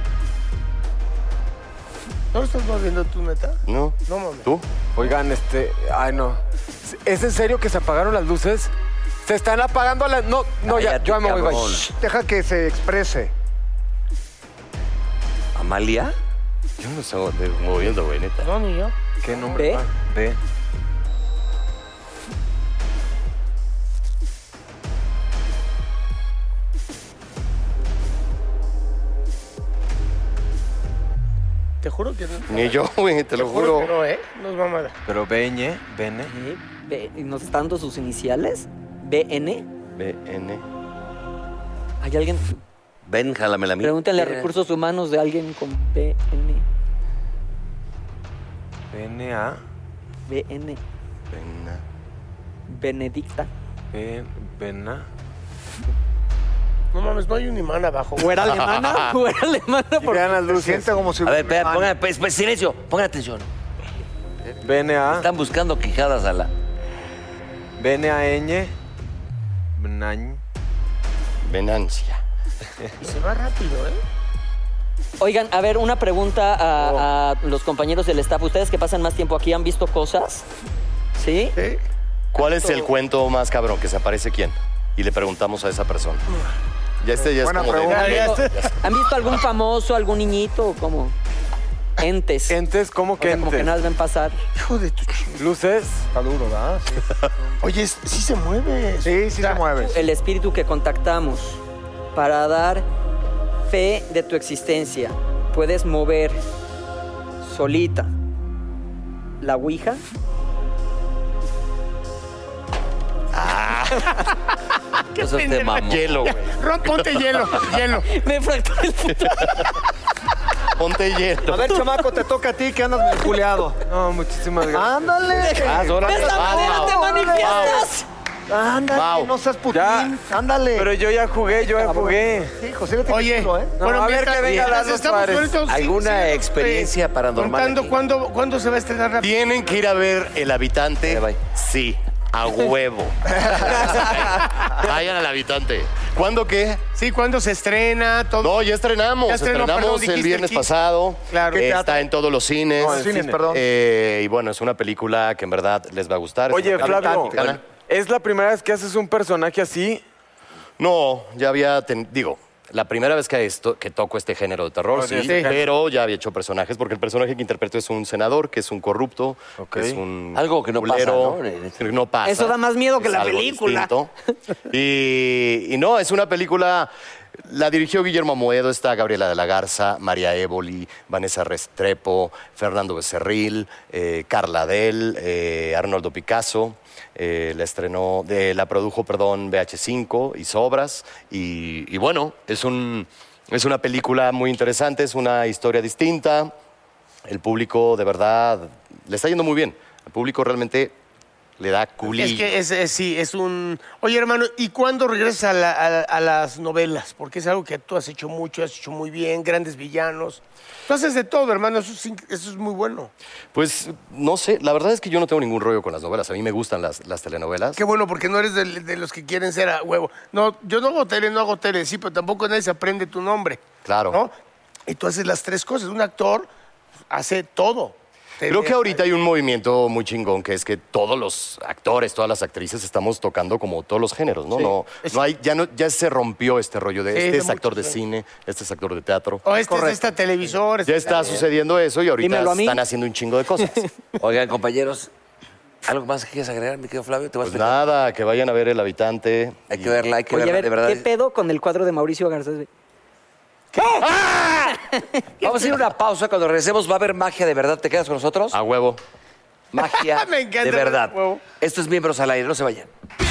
¿No lo estás moviendo tú, neta? ¿No? No mames. ¿Tú? Oigan, ay, no. ¿Es en serio que se apagaron las luces? Se están apagando las... No, ya, Cállate, yo me voy. cabrón. Shh. Deja que se exprese. ¿Amalia? Yo no estoy moviendo, güey, neta. No, ni yo. ¿Qué nombre? ¿B? B. Te juro que no. Ni yo, güey, te lo juro. que no, ¿eh? No es mamada. Pero Bene. ¿Y ¿Nos están dando sus iniciales? ¿BN? BN. ¿Hay alguien? Ven, jálame la mía. Pregúntenle a recursos humanos de alguien con BN. BNA. BN. Bena. Benedicta. Bena. No mames, no hay un imán abajo. ¿O era alemana? ¿O era alemana? Vean las Se luces. siente como si... A ver, espera, pongan silencio, pongan atención. BNA. Están buscando quijadas a la... BNAñ. Bnañ. Venancia. Y se va rápido, ¿eh? Oigan, a ver, una pregunta a los compañeros del staff. ¿Ustedes que pasan más tiempo aquí han visto cosas? ¿Sí? ¿Sí? ¿Cuál es el cuento más cabrón? ¿Que se aparece quién? Y le preguntamos a esa persona. Ya ya es Buena como pregunta. de... ¿Han visto algún famoso, algún niñito o cómo? Entes. ¿Entes? ¿Cómo O que sea, como que entes? nada ven pasar. Hijo de tu chingada. ¿Luces? Está duro, ¿verdad? Sí, Oye, sí se mueve. sí se mueve. El espíritu que contactamos para dar fe de tu existencia. Puedes mover solita la ouija. Eso es de mamón. Hielo, güey. Ron, ponte hielo. Me fracturé el puto. Ponte hielo. A ver, chamaco, te toca a ti que andas merculeado. No, muchísimas gracias. ¡Ándale! De esta manera te manifiestas. ¡Ándale! Wow. No seas putín. Ya. ¡Ándale! Pero yo ya jugué. Sí, José, le tiene Oye, culo, ¿eh? No, a ver que venga Lalo estamos Suárez. sueltos, ¿Alguna experiencia paranormal Contando aquí? cuándo se va a estrenar rápido. ¿Tienen que ir a ver El Habitante? Bye. Sí, a huevo. Vayan al Habitante. ¿Cuándo qué? Sí, ¿cuándo se estrena? Todo. No, ya estrenamos. Ya estrenó, Estrenamos perdón, el dijiste viernes aquí. pasado. Claro. ¿Qué Está teatro? en todos los cines. No, en Cines, cine. perdón. Y bueno, es una película que en verdad les va a gustar. Es Oye, una película Flavio, mexicana. ¿es la primera vez que haces un personaje así? No, ya había, digo, la primera vez que toco este género de terror, Oh, sí, sí. pero ya había hecho personajes, porque el personaje que interpreto es un senador, que es un corrupto, Ok. que es un Algo que no culero, pasa, que no pasa. Eso da más miedo que Es la algo película. distinto. Y no, es una película... La dirigió Guillermo Amoedo, está Gabriela de la Garza, María Évoli, Vanessa Restrepo, Fernando Becerril, Carla Del, Arnoldo Picasso. La produjo, VH5 y Sobras. Y bueno, es una película muy interesante, es una historia distinta. El público, de verdad, le está yendo muy bien. El público realmente le da culillo. Es que sí, es un... Oye, hermano, ¿y cuándo regresas a las novelas? Porque es algo que tú has hecho mucho, has hecho muy bien, grandes villanos. Tú haces de todo, hermano, eso es muy bueno. Pues, no sé, la verdad es que yo no tengo ningún rollo con las novelas. A mí me gustan las telenovelas. Qué bueno, porque no eres de los que quieren ser a huevo. No, yo no hago tele, sí, pero tampoco nadie se aprende tu nombre. Claro. ¿No? Y tú haces las tres cosas. Un actor hace todo. Creo que ahorita hay un movimiento muy chingón, que es que todos los actores, todas las actrices estamos tocando como todos los géneros, ¿no? No hay, ya se rompió este rollo de este es actor de cine, este es actor de teatro. O este es esta televisor. Ya está sucediendo eso y ahorita están haciendo un chingo de cosas. Oigan, compañeros, ¿algo más que quieres agregar, mi querido Flavio? ¿Te vas Pues nada, que vayan a ver El Habitante. Hay que verla, Oye, a ver, de verdad. ¿qué pedo con el cuadro de Mauricio Garcés? Vamos a ir a una pausa. Cuando regresemos va a haber magia de verdad. ¿Te quedas con nosotros? A huevo. Magia Me encanta de verdad. el huevo. Esto es Miembros al Aire. No se vayan.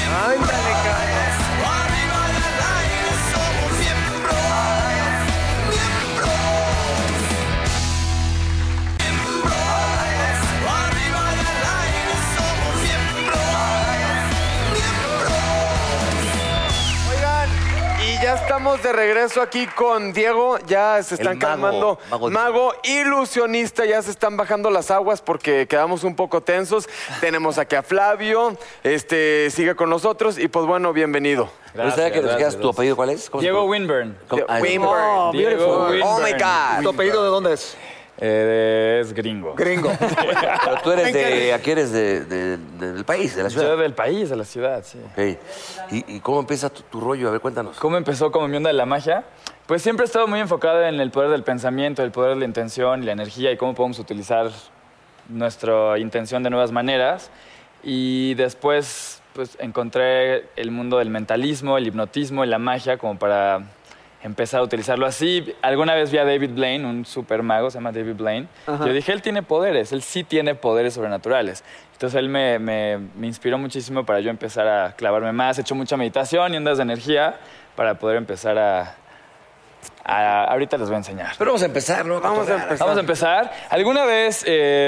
Ya estamos de regreso aquí con Diego. Ya se están El mago, calmando. mago. Mago ilusionista. Ya se están bajando las aguas porque quedamos un poco tensos. Tenemos aquí a Flavio. Sigue con nosotros. Y pues bueno, bienvenido. ¿Me gustaría que nos digas tu apellido? ¿Cuál es? ¿Cómo se Diego llama? Winburn. Winburn. Diego Oh, my Winburn. God. ¿Tu apellido de dónde es? Es gringo. Gringo. Pero tú eres de... Aquí eres del país, de la Yo ciudad. del país, de la ciudad, sí. Ok. ¿Y cómo empieza tu rollo? A ver, cuéntanos. ¿Cómo empezó como mi onda de la magia? Pues siempre he estado muy enfocado en el poder del pensamiento, el poder de la intención y la energía y cómo podemos utilizar nuestra intención de nuevas maneras. Y después pues encontré el mundo del mentalismo, el hipnotismo y la magia como para empezar a utilizarlo así. Alguna vez vi a David Blaine, un super mago, se llama David Blaine. Yo dije, él tiene poderes, él sí tiene poderes sobrenaturales. Entonces él me inspiró muchísimo para yo empezar a clavarme más. He hecho mucha meditación y ondas de energía para poder empezar ahorita les voy a enseñar. Pero vamos a empezar, ¿no? Vamos a empezar. Vamos a empezar. ¿Alguna vez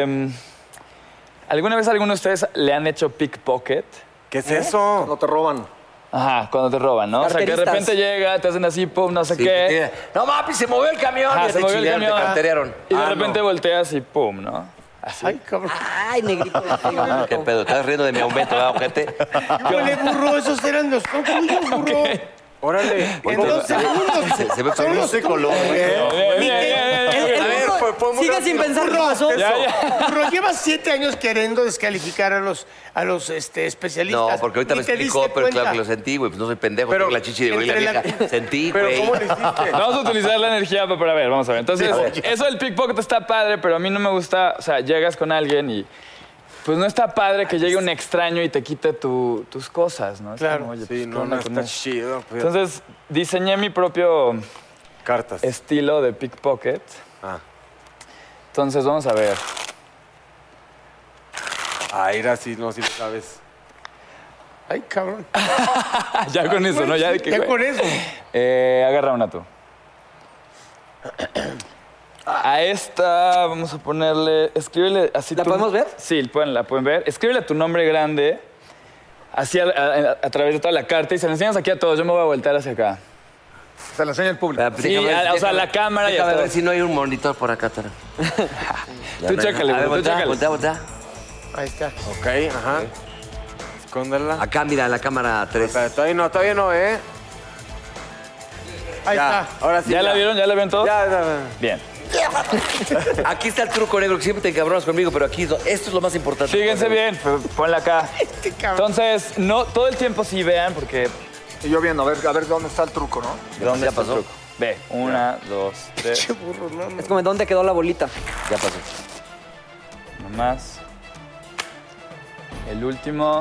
alguno de ustedes le han hecho pickpocket? ¿Qué es eso? No te roban. Ajá, cuando te roban, ¿no? O sea, que de Carteristas. repente llega, te hacen así, pum, no sé qué. No, papi, se movió el camión. Ajá, Y se movió el chingaron, camión. Te carterearon. Y de repente volteas y pum, ¿no? Así. Ay, cabrón. Ay, negrito. ¿Qué pedo? ¿Estás riendo de mi aumento, verdad, ojete? Híjole, burro, esos eran los tuyos, burro. Órale. En 2 segundos. Se ve Son los color. Bien, bien, bien, bien. A ver, pues, fue muy Sigue rápido. sin pensar qué pasó. Burro, llevas 7 años queriendo descalificar a los especialistas. No, porque ahorita Ni me te explicó, diste pero claro cuenta. que lo sentí, güey. Pues no soy pendejo, Pero tengo la chichi de gorila entre la- vieja. Sentí, Pero güey. ¿cómo le hiciste? Vamos a utilizar la energía para ver, vamos a ver. Entonces, eso del pickpocket está padre, pero a mí no me gusta, o sea, llegas con alguien y pues no está padre que llegue un extraño y te quite tus cosas, ¿no? Es Claro. como, oye, Sí, pues, ¿qué no, onda no con está eso? chido. Pues. Entonces, diseñé mi propio Cartas. estilo de pickpocket. Ah. Entonces, vamos a ver. Era así, no, si lo sabes. Ay, cabrón. Ya con eso, ¿no? Ya de que, Ya güey. con eso. Agarra una tú. A esta vamos a ponerle... Escríbele así. ¿La podemos ver? Sí, la pueden ver. Escríbele tu nombre grande así a través de toda la carta y se la enseñas aquí a todos. Yo me voy a voltear hacia acá. Se la enseña el público. Sí, o sea, la cámara y a Déjame ver todos. si no hay un monitor por acá, Tara. Tú chécale, A ver, güey, tú chécale. voltea. Ahí está. Ok, ajá. Escóndela. Acá, mira, la cámara 3. Todavía no, ¿eh? Ahí Ya, está. ahora sí. ¿Ya la vieron? ¿Ya la vieron todos? Ya. Bien. Aquí está el truco negro, que siempre te encabronas conmigo, pero aquí esto es lo más importante. Fíjense bien, ponla acá. Entonces, no, todo el tiempo sí vean porque... Y yo viendo, a ver dónde está el truco, ¿no? ¿Dónde ya está el pasó? truco? Ve, 1, 2, 3. Es como, ¿dónde quedó la bolita? Ya pasó. Nomás. El último.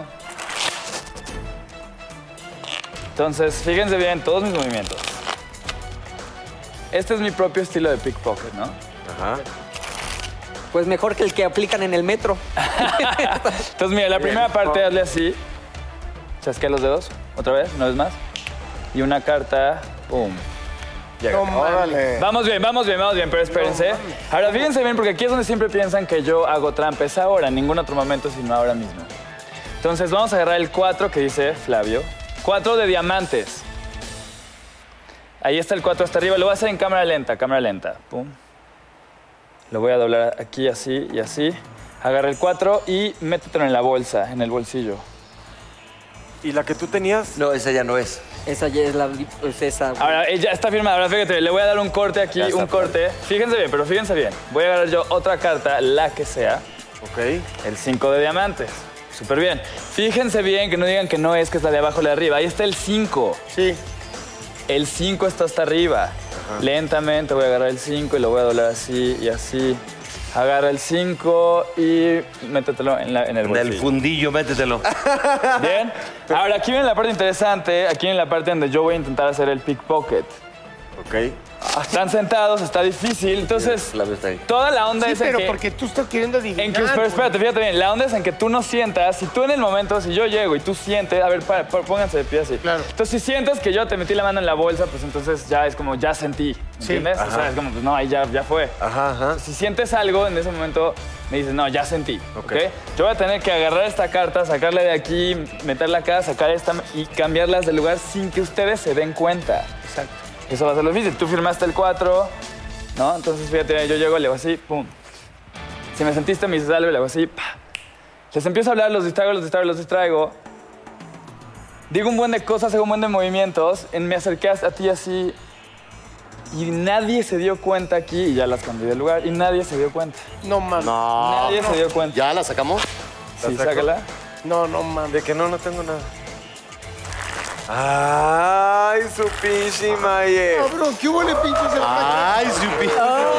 Entonces, fíjense bien todos mis movimientos. Este es mi propio estilo de pickpocket, ¿no? Ajá. Pues mejor que el que aplican en el metro. Entonces, mira, la primera parte hazle así. Chasquea los dedos. Otra vez, una vez más. Y una carta. ¡Pum! Llega. Órale. Vamos bien, pero espérense. Ahora, fíjense bien, porque aquí es donde siempre piensan que yo hago trampa. Es ahora, en ningún otro momento, sino ahora mismo. Entonces, vamos a agarrar el 4 que dice Flavio. 4 de diamantes. Ahí está el 4 hasta arriba. Lo voy a hacer en cámara lenta. Pum. Lo voy a doblar aquí, así y así. Agarra el 4 y métetelo en la bolsa, en el bolsillo. ¿Y la que tú tenías? No, esa ya no es. Esa ya es la... Pues esa, güey. Ahora, ella está firmada. Ahora, fíjate, le voy a dar un corte aquí, un corte. Fíjense bien, pero fíjense bien. Voy a agarrar yo otra carta, la que sea. Ok. El 5 de diamantes. Súper bien. Fíjense bien, que no digan que no es, que es la de abajo o la de arriba. Ahí está el 5. Sí. El 5 está hasta arriba. Ajá. Lentamente voy a agarrar el 5 y lo voy a doblar así y así. Agarra el 5 y métetelo en el bolsillo. En el fundillo, métetelo. Bien. Ahora, aquí viene la parte interesante. Aquí viene la parte donde yo voy a intentar hacer el pickpocket. Ok. Están sentados, está difícil. Entonces, toda la onda es en pero que... porque tú estás queriendo adivinar. pero espérate, fíjate bien. La onda es en que tú no sientas. Si tú en el momento, si yo llego y tú sientes... A ver, pónganse de pie así. Claro. Entonces, si sientes que yo te metí la mano en la bolsa, pues entonces ya es como, ya sentí. ¿Entiendes? O sea, es como, pues no, ahí ya fue. Ajá. Entonces, si sientes algo, en ese momento me dices, no, ya sentí. ¿Ok? Yo voy a tener que agarrar esta carta, sacarla de aquí, meterla acá, sacar esta y cambiarlas de lugar sin que ustedes se den cuenta. Exacto. Eso va a ser lo difícil. Tú firmaste el 4, ¿no? Entonces, fíjate, yo llego, le hago así, pum. Si me sentiste, me dices algo y le hago así, pa. Les empiezo a hablar, los distraigo. Digo un buen de cosas, hago un buen de movimientos. Me acerqué a ti así y nadie se dio cuenta aquí y ya las cambié de lugar y nadie se dio cuenta. No mames. Nadie se dio cuenta. ¿Ya la sacamos? Sí, sácala. No mames. De que no tengo nada. ¡Ay, su pinche Mayer! Cabrón, ¿qué hubo le pinches el ¡Ay, su pinche!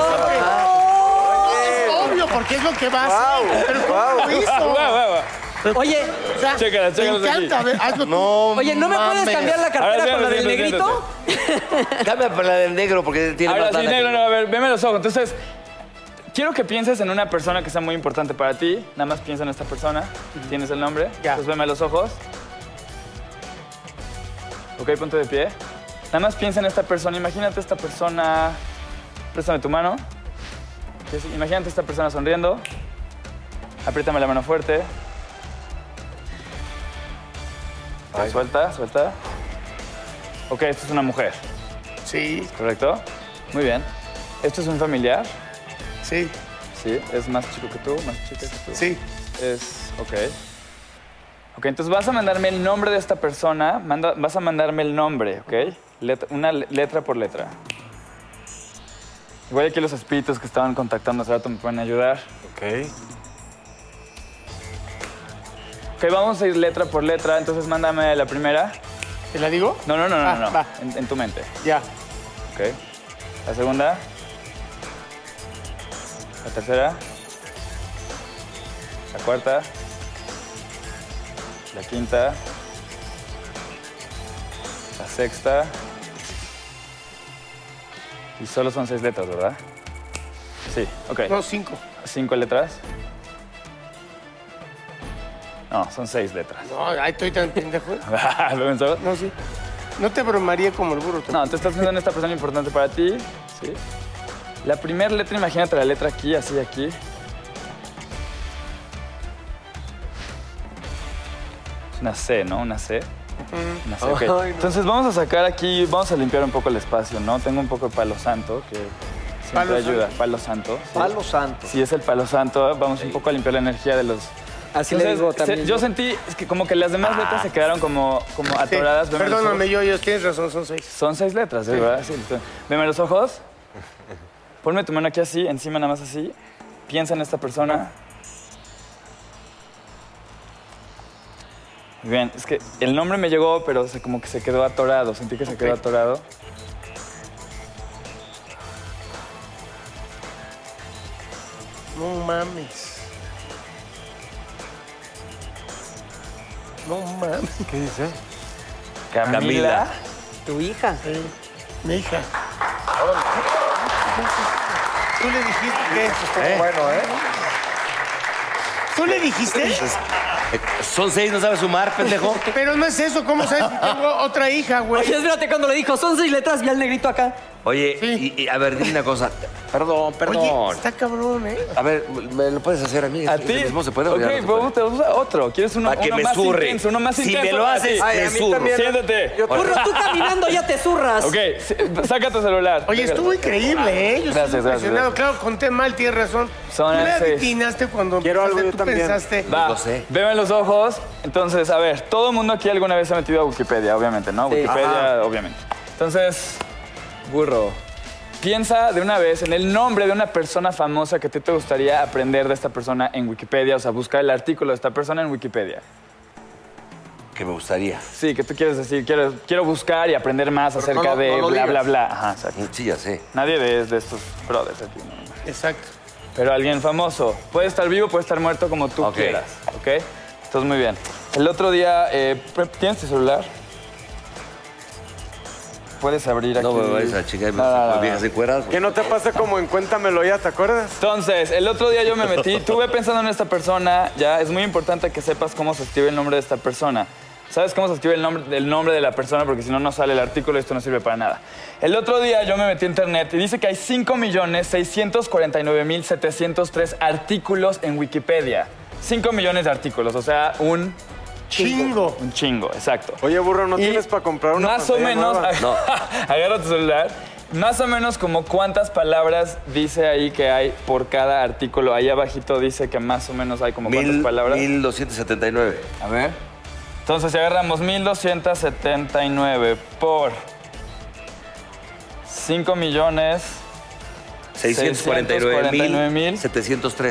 Es obvio, porque es lo que va a hacer. Pero ¿cómo lo hizo? Oye, O sea, Chécala, me chécalas aquí. encanta. A ver, hazlo tú. oye, ¿no me puedes cambiar la cartera Ahora, con la del siéntate, negrito? Cambia por la del negro porque tiene Ahora más sí, lana negro, que- no, a ver, veme los ojos. Entonces, quiero que pienses en una persona que sea muy importante para ti. Nada más piensa en esta persona. ¿Tienes el nombre? Ya. Entonces, veme a los ojos. Ok, ponte de pie. Nada más piensa en esta persona. Imagínate esta persona... Préstame tu mano. Imagínate esta persona sonriendo. Apriétame la mano fuerte. Ok, suelta. Ok, esto es una mujer. Sí, ¿Correcto? Muy bien. ¿Esto es un familiar? sí, Sí. ¿Es más chico que tú? ¿Más chica que tú? sí. Es... Ok. Ok, entonces vas a mandarme el nombre de esta persona. Vas a mandarme el nombre, ¿ok? Una letra por letra. Igual aquí los espíritus que estaban contactando hace rato me pueden ayudar. Ok. Ok, vamos a ir letra por letra. Entonces mándame la primera. ¿Te la digo? No. Va. En tu mente. Ya. Ok. La segunda. La tercera. La cuarta. La quinta. La sexta. Y solo son 6 letras, ¿verdad? Sí, ok. No, 5. 5 letras. No, son 6 letras. No, ahí estoy tan pendejo. ¿Lo pensabas? No, sí. No te bromaría como el burro. No, te estás pensando en esta persona importante para ti. Sí. La primera letra, imagínate la letra aquí, así aquí. Es una C, ¿no? Una C. Una C, ok. Ay, no. Entonces vamos a sacar aquí, vamos a limpiar un poco el espacio, ¿no? Tengo un poco de palo santo que siempre Palo ayuda. santo. Palo santo. Sí. Palo santo. Sí, es el palo santo. Vamos un poco a limpiar la energía de los... Así le digo también. yo sentí es que como que las demás letras se quedaron como atoradas. Veme los ojos. Perdóname, yo tienes razón, son 6. Son 6 letras, ¿sí? ¿Verdad? Sí. Veme los ojos. Ponme tu mano aquí así, encima nada más así. Piensa en esta persona. Muy bien, es que el nombre me llegó, pero como que se quedó atorado. Sentí que se quedó atorado. No mames. No mames. ¿Qué dice? Camila. Tu hija. Mi hija. ¿Tú le dijiste qué? Bueno, ¿eh? ¿Tú le dijiste? Son 6, ¿no sabes sumar, pendejo? Pero no es eso, ¿cómo sabes que tengo otra hija, güey? Oye, espérate, cuando le dijo, son 6 letras, vi al negrito acá. Oye, Sí. y a ver, dime una cosa. Perdón. Oye, está cabrón, ¿eh? A ver, ¿me lo puedes hacer a mí? ¿A ti? ¿Mismo se puede? Ok, ¿O ya no se puede? pues te usa otro. ¿Quieres uno, Para que uno me más zurre. intenso? Uno más Si intenso. me lo haces, Así. me zurro. Siéntate. Burro, tú caminando ya te zurras. Ok, saca tu celular. Oye, estuvo increíble, ¿eh? Yo Gracias, estoy impresionado. gracias. Claro, conté mal, tienes razón. Son ¿Qué le seis. atinaste cuando Quiero algo yo tú también. pensaste? Va, Lo sé. veme los ojos. Entonces, a ver, todo el mundo aquí alguna vez se ha metido a Wikipedia, obviamente, ¿no? Sí. Wikipedia, obviamente. Entonces, burro, piensa de una vez en el nombre de una persona famosa que a ti te gustaría aprender de esta persona en Wikipedia, o sea, buscar el artículo de esta persona en Wikipedia. Que me gustaría. Sí, que tú quieres decir, quiero buscar y aprender más acerca de no lo bla, digas. bla, bla. Ajá, exacto. Sí, ya sé. Nadie de estos brothers aquí, ¿no? Exacto. Pero alguien famoso. Puede estar vivo, puede estar muerto, como tú Ok. quieras, ¿ok? Entonces, muy bien. El otro día, ¿tienes tu celular? Puedes abrir aquí. No me vayas a chingar No. viejas encueradas. Que no te pasa como en Cuéntamelo ya, ¿te acuerdas? Entonces, el otro día yo me metí, estuve pensando en esta persona, ya, es muy importante que sepas cómo se escribe el nombre de esta persona. ¿Sabes cómo se escribe el nombre de la persona? Porque si no, no sale el artículo y esto no sirve para nada. El otro día yo me metí a internet y dice que hay 5.649.703 artículos en Wikipedia. 5 millones de artículos, o sea, un Chingo. chingo, exacto. Oye, burro, ¿no Y tienes para comprar una más o pantalla menos, nueva? agarra tu celular, más o menos como cuántas palabras dice ahí que hay por cada artículo. Ahí abajito dice que más o menos hay como cuántas palabras. 1279. A ver. Entonces, si agarramos 1279 por 5 millones 649.703.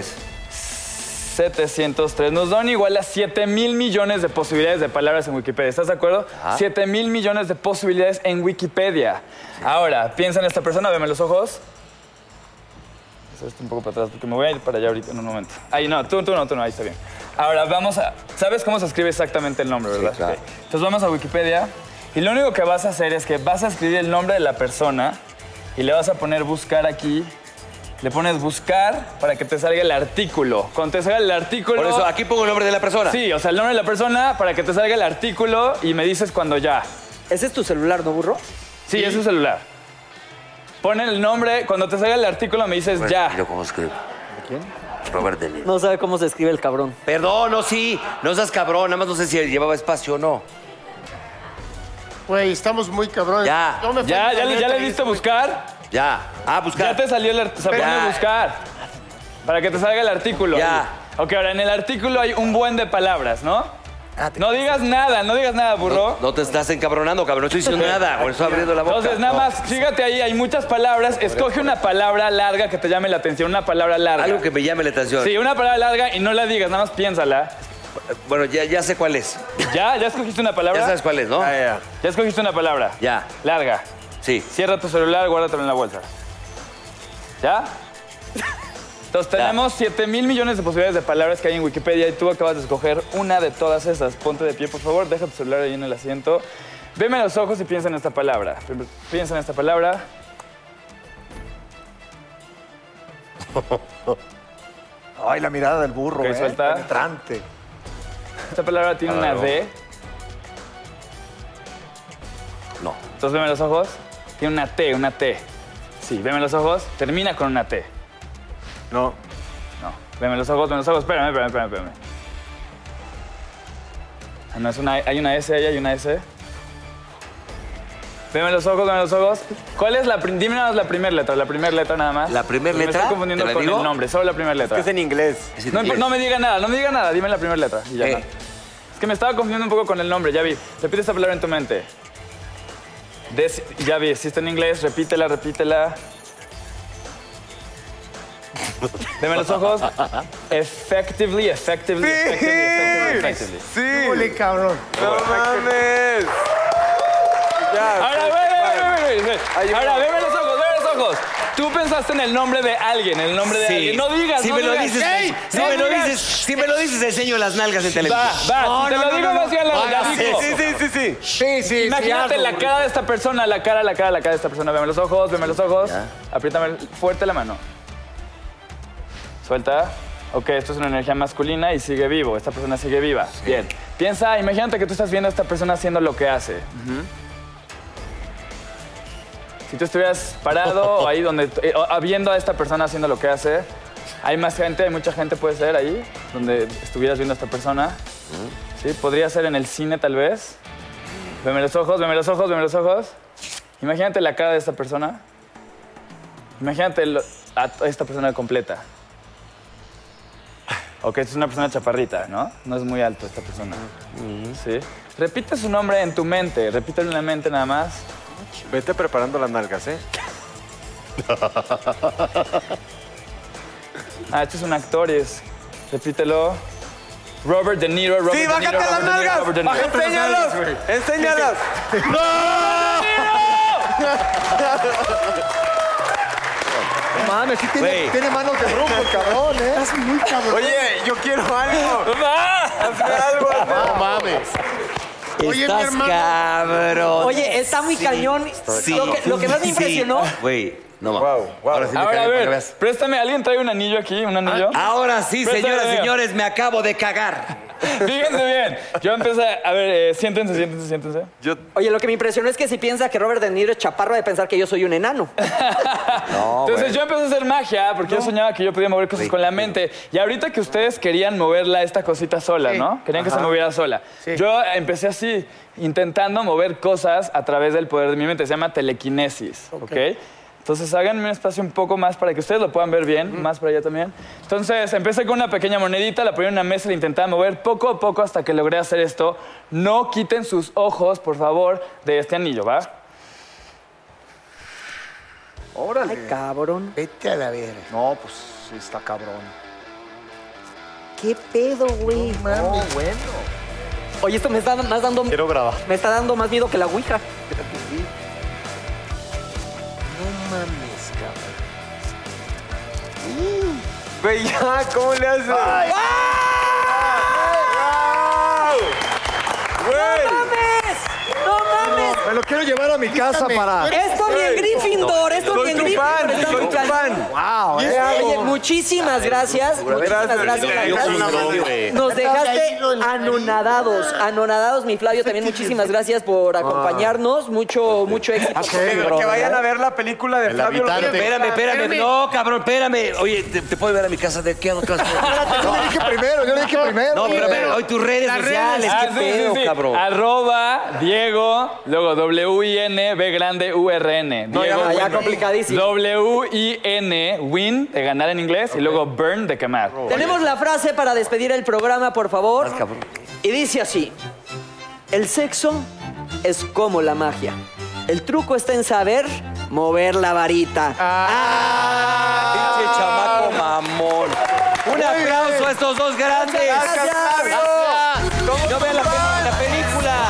703. Nos dan igual a 7,000 millones de posibilidades de palabras en Wikipedia. ¿Estás de acuerdo? 7,000 millones de posibilidades en Wikipedia. Ahora, piensa en esta persona, veme los ojos. Esto un poco para atrás porque me voy a ir para allá ahorita en un momento. Ahí no, tú no, ahí está bien. Ahora vamos a... ¿Sabes cómo se escribe exactamente el nombre, verdad? Sí, claro. Ok. Entonces vamos a Wikipedia y lo único que vas a hacer es que vas a escribir el nombre de la persona y le vas a poner buscar aquí. Le pones buscar para que te salga el artículo. Cuando te salga el artículo... Por eso, aquí pongo el nombre de la persona. Sí, o sea, el nombre de la persona para que te salga el artículo y me dices cuando ya. ¿Ese es tu celular, no, burro? Sí, es su celular. Pon el nombre, cuando te salga el artículo me dices ya. Mira cómo escribe. ¿Quién? Robert De Niro. No sabe cómo se escribe el cabrón. Perdón, no, sí. No seas cabrón. Nada más no sé si llevaba espacio o no. Güey, estamos muy cabrones. Ya. Yo me fui ¿Ya a la le neta, diste buscar? Ya. Ah, buscar. Ya te salió el artículo. Se Ya. pone buscar. Para que te salga el artículo. Ya. Ok, ahora en el artículo hay un buen de palabras, ¿no? No digas nada, burro. No te estás encabronando, cabrón. No estoy diciendo nada. Por eso abriendo la boca. Entonces, nada más, fíjate ahí, hay muchas palabras. Escoge una palabra larga que te llame la atención, una palabra larga. Algo que me llame la atención. Sí, una palabra larga y no la digas, nada más piénsala. Bueno, ya sé cuál es. ¿Ya escogiste una palabra? Ya sabes cuál es, ¿no? Ya escogiste una palabra. Ya. Larga. Sí. Cierra tu celular, guárdatelo en la bolsa. ¿Ya? Entonces tenemos 7,000 millones de posibilidades de palabras que hay en Wikipedia y tú acabas de escoger una de todas esas. Ponte de pie, por favor, deja tu celular ahí en el asiento. Veme a los ojos y piensa en esta palabra. Piensa en esta palabra. Ay, la mirada del burro, Ok, suelta. penetrante. Esta palabra tiene una D. No. Entonces veme a los ojos. Tiene una T. Sí, veme a los ojos. Termina con una T. No. No. Veme los ojos. Espérame. Ah, no, hay una S ahí, hay una S. Veme los ojos. ¿Cuál es dime nada más la primera letra nada más. ¿La primera Me letra? estoy confundiendo ¿Te la con digo? el nombre, solo la primera letra. Es en inglés. Es en No, inglés. no me diga nada, dime la primera letra. Y ya está. Es que me estaba confundiendo un poco con el nombre, ya vi. Repite esta palabra en tu mente. Ya vi, si está en inglés, repítela. Deme los ojos. Effectively. Sí. Ole, cabrón. ¡No mames! Ya. Ahora, ve. Ahora, veme los ojos. Tú pensaste en el nombre de alguien, No digas, Si no me lo digas. dices, ¡Ey! si No me lo digas. dices, si me lo dices, enseño las nalgas en televisión. Va, te lo digo, no seas la digo. Sí. Imagínate la cara de esta persona, la cara de esta persona. Veme los ojos. Apriétame fuerte la mano. Suelta. Ok, esto es una energía masculina y sigue vivo. Esta persona sigue viva. Bien. Imagínate que tú estás viendo a esta persona haciendo lo que hace. Si tú estuvieras parado o ahí donde, viendo a esta persona haciendo lo que hace, hay más gente, hay mucha gente puede ser ahí, donde estuvieras viendo a esta persona. ¿Sí? Podría ser en el cine tal vez. Veme los ojos, veme los ojos, veme los ojos. Imagínate la cara de esta persona. Imagínate a esta persona completa. Ok, esta es una persona chaparrita, ¿no? No es muy alto esta persona. ¿Sí? Repite su nombre en tu mente, repítelo en la mente nada más. Vete preparando las nalgas, ¿eh? Este es un actor y es... Repítelo. Robert De Niro, Robert ¡Sí, De Niro, bájate las nalgas! Robert De Niro. ¡Enséñalas! ¡Enséñalas! ¡No! No mames, sí tiene manos de brujo el cabrón, ¿eh? Estás muy cabrón. Oye, yo quiero algo. Hazme algo. No mames. Oye, mi Estás hermano. cabrón. Oye, está muy cañón. Sí. Lo que más me impresionó... Güey, no mames. Wow. Ahora sí me Ahora, cagué a para que ver, veas. préstame, ¿alguien trae un anillo aquí? ¿Un anillo? Ahora sí, Préstame, señoras y amigo. señores, me acabo de cagar. Fíjense bien. Yo empecé... A ver, siéntense. Oye, lo que me impresionó es que si piensa que Robert De Niro es chaparro, de pensar que yo soy un enano. Entonces yo empecé a hacer magia porque yo soñaba que yo podía mover cosas con la mente. Y ahorita que ustedes querían moverla esta cosita sola, ¿no? Querían que se moviera sola. Sí. Yo empecé así, intentando mover cosas a través del poder de mi mente. Se llama telequinesis, ¿ok? Entonces háganme un espacio un poco más para que ustedes lo puedan ver bien, más para allá también. Entonces empecé con una pequeña monedita, la ponía en una mesa y la intentaba mover poco a poco hasta que logré hacer esto. No quiten sus ojos, por favor, de este anillo, ¿va? Órale. Ay, cabrón. Vete a la verga. No, pues sí está cabrón. ¿Qué pedo, güey? No, bueno. Oye, esto me está más dando... Quiero grabar. Me está dando más miedo que la ouija. No mames, cabrón. Güey, ya, ¿cómo le haces? ¡No mames! ¡No mames! Me lo quiero llevar a mi casa para... Esto ni en Gryffindor, esto ni Soy en tu Gryffindor. fan, está soy muy tu cañón. fan. Wow, Oye, muchísimas gracias. Muchísimas gracias. Nos dejaste anonadados, mi Flavio. También muchísimas gracias por acompañarnos. Mucho éxito. Que vayan a ver la película de Flavio. Espérame. No, cabrón, espérame. Oye, ¿te puedo ver a mi casa? ¿De qué? Yo le dije primero. No, pero hoy tus redes sociales. ¿Qué pedo, cabrón? @Diego, luego W-I-N, B grande U-R-N. No, Diego ya Win. complicadísimo. W-I-N, win, de ganar en inglés, y luego burn, de quemar. Tenemos la frase para despedir el programa, por favor. Y dice así: el sexo es como la magia. El truco está en saber mover la varita. Pinche chamaco mamón. Un aplauso a estos dos grandes. Gracias. No vean la película.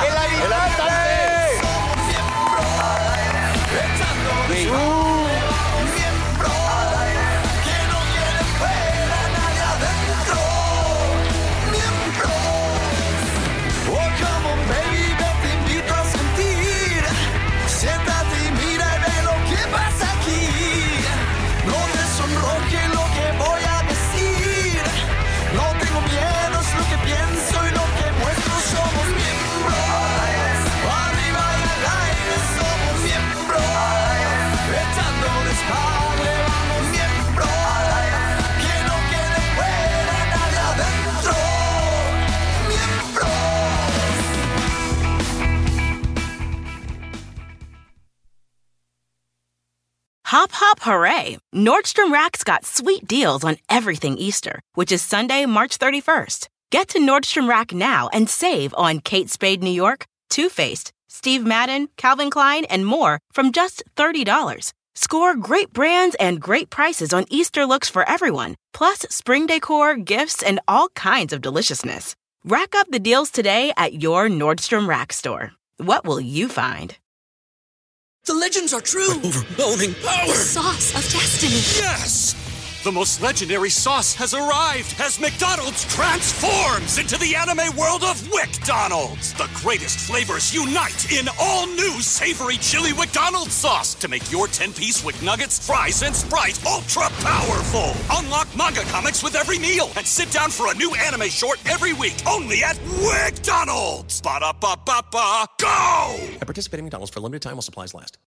Hop, hop, hooray! Nordstrom Rack's got sweet deals on everything Easter, which is Sunday, March 31st. Get to Nordstrom Rack now and save on Kate Spade New York, Too Faced, Steve Madden, Calvin Klein, and more from just $30. Score great brands and great prices on Easter looks for everyone, plus spring decor, gifts, and all kinds of deliciousness. Rack up the deals today at your Nordstrom Rack store. What will you find? The legends are true. Overwhelming power! The sauce of destiny. Yes! The most legendary sauce has arrived as McDonald's transforms into the anime world of WickDonald's. The greatest flavors unite in all new savory chili McDonald's sauce to make your 10-piece Wick Nuggets, fries, and Sprite ultra-powerful. Unlock manga comics with every meal and sit down for a new anime short every week only at WickDonald's. Ba-da-ba-ba-ba, go! At participating McDonald's for a limited time while supplies last.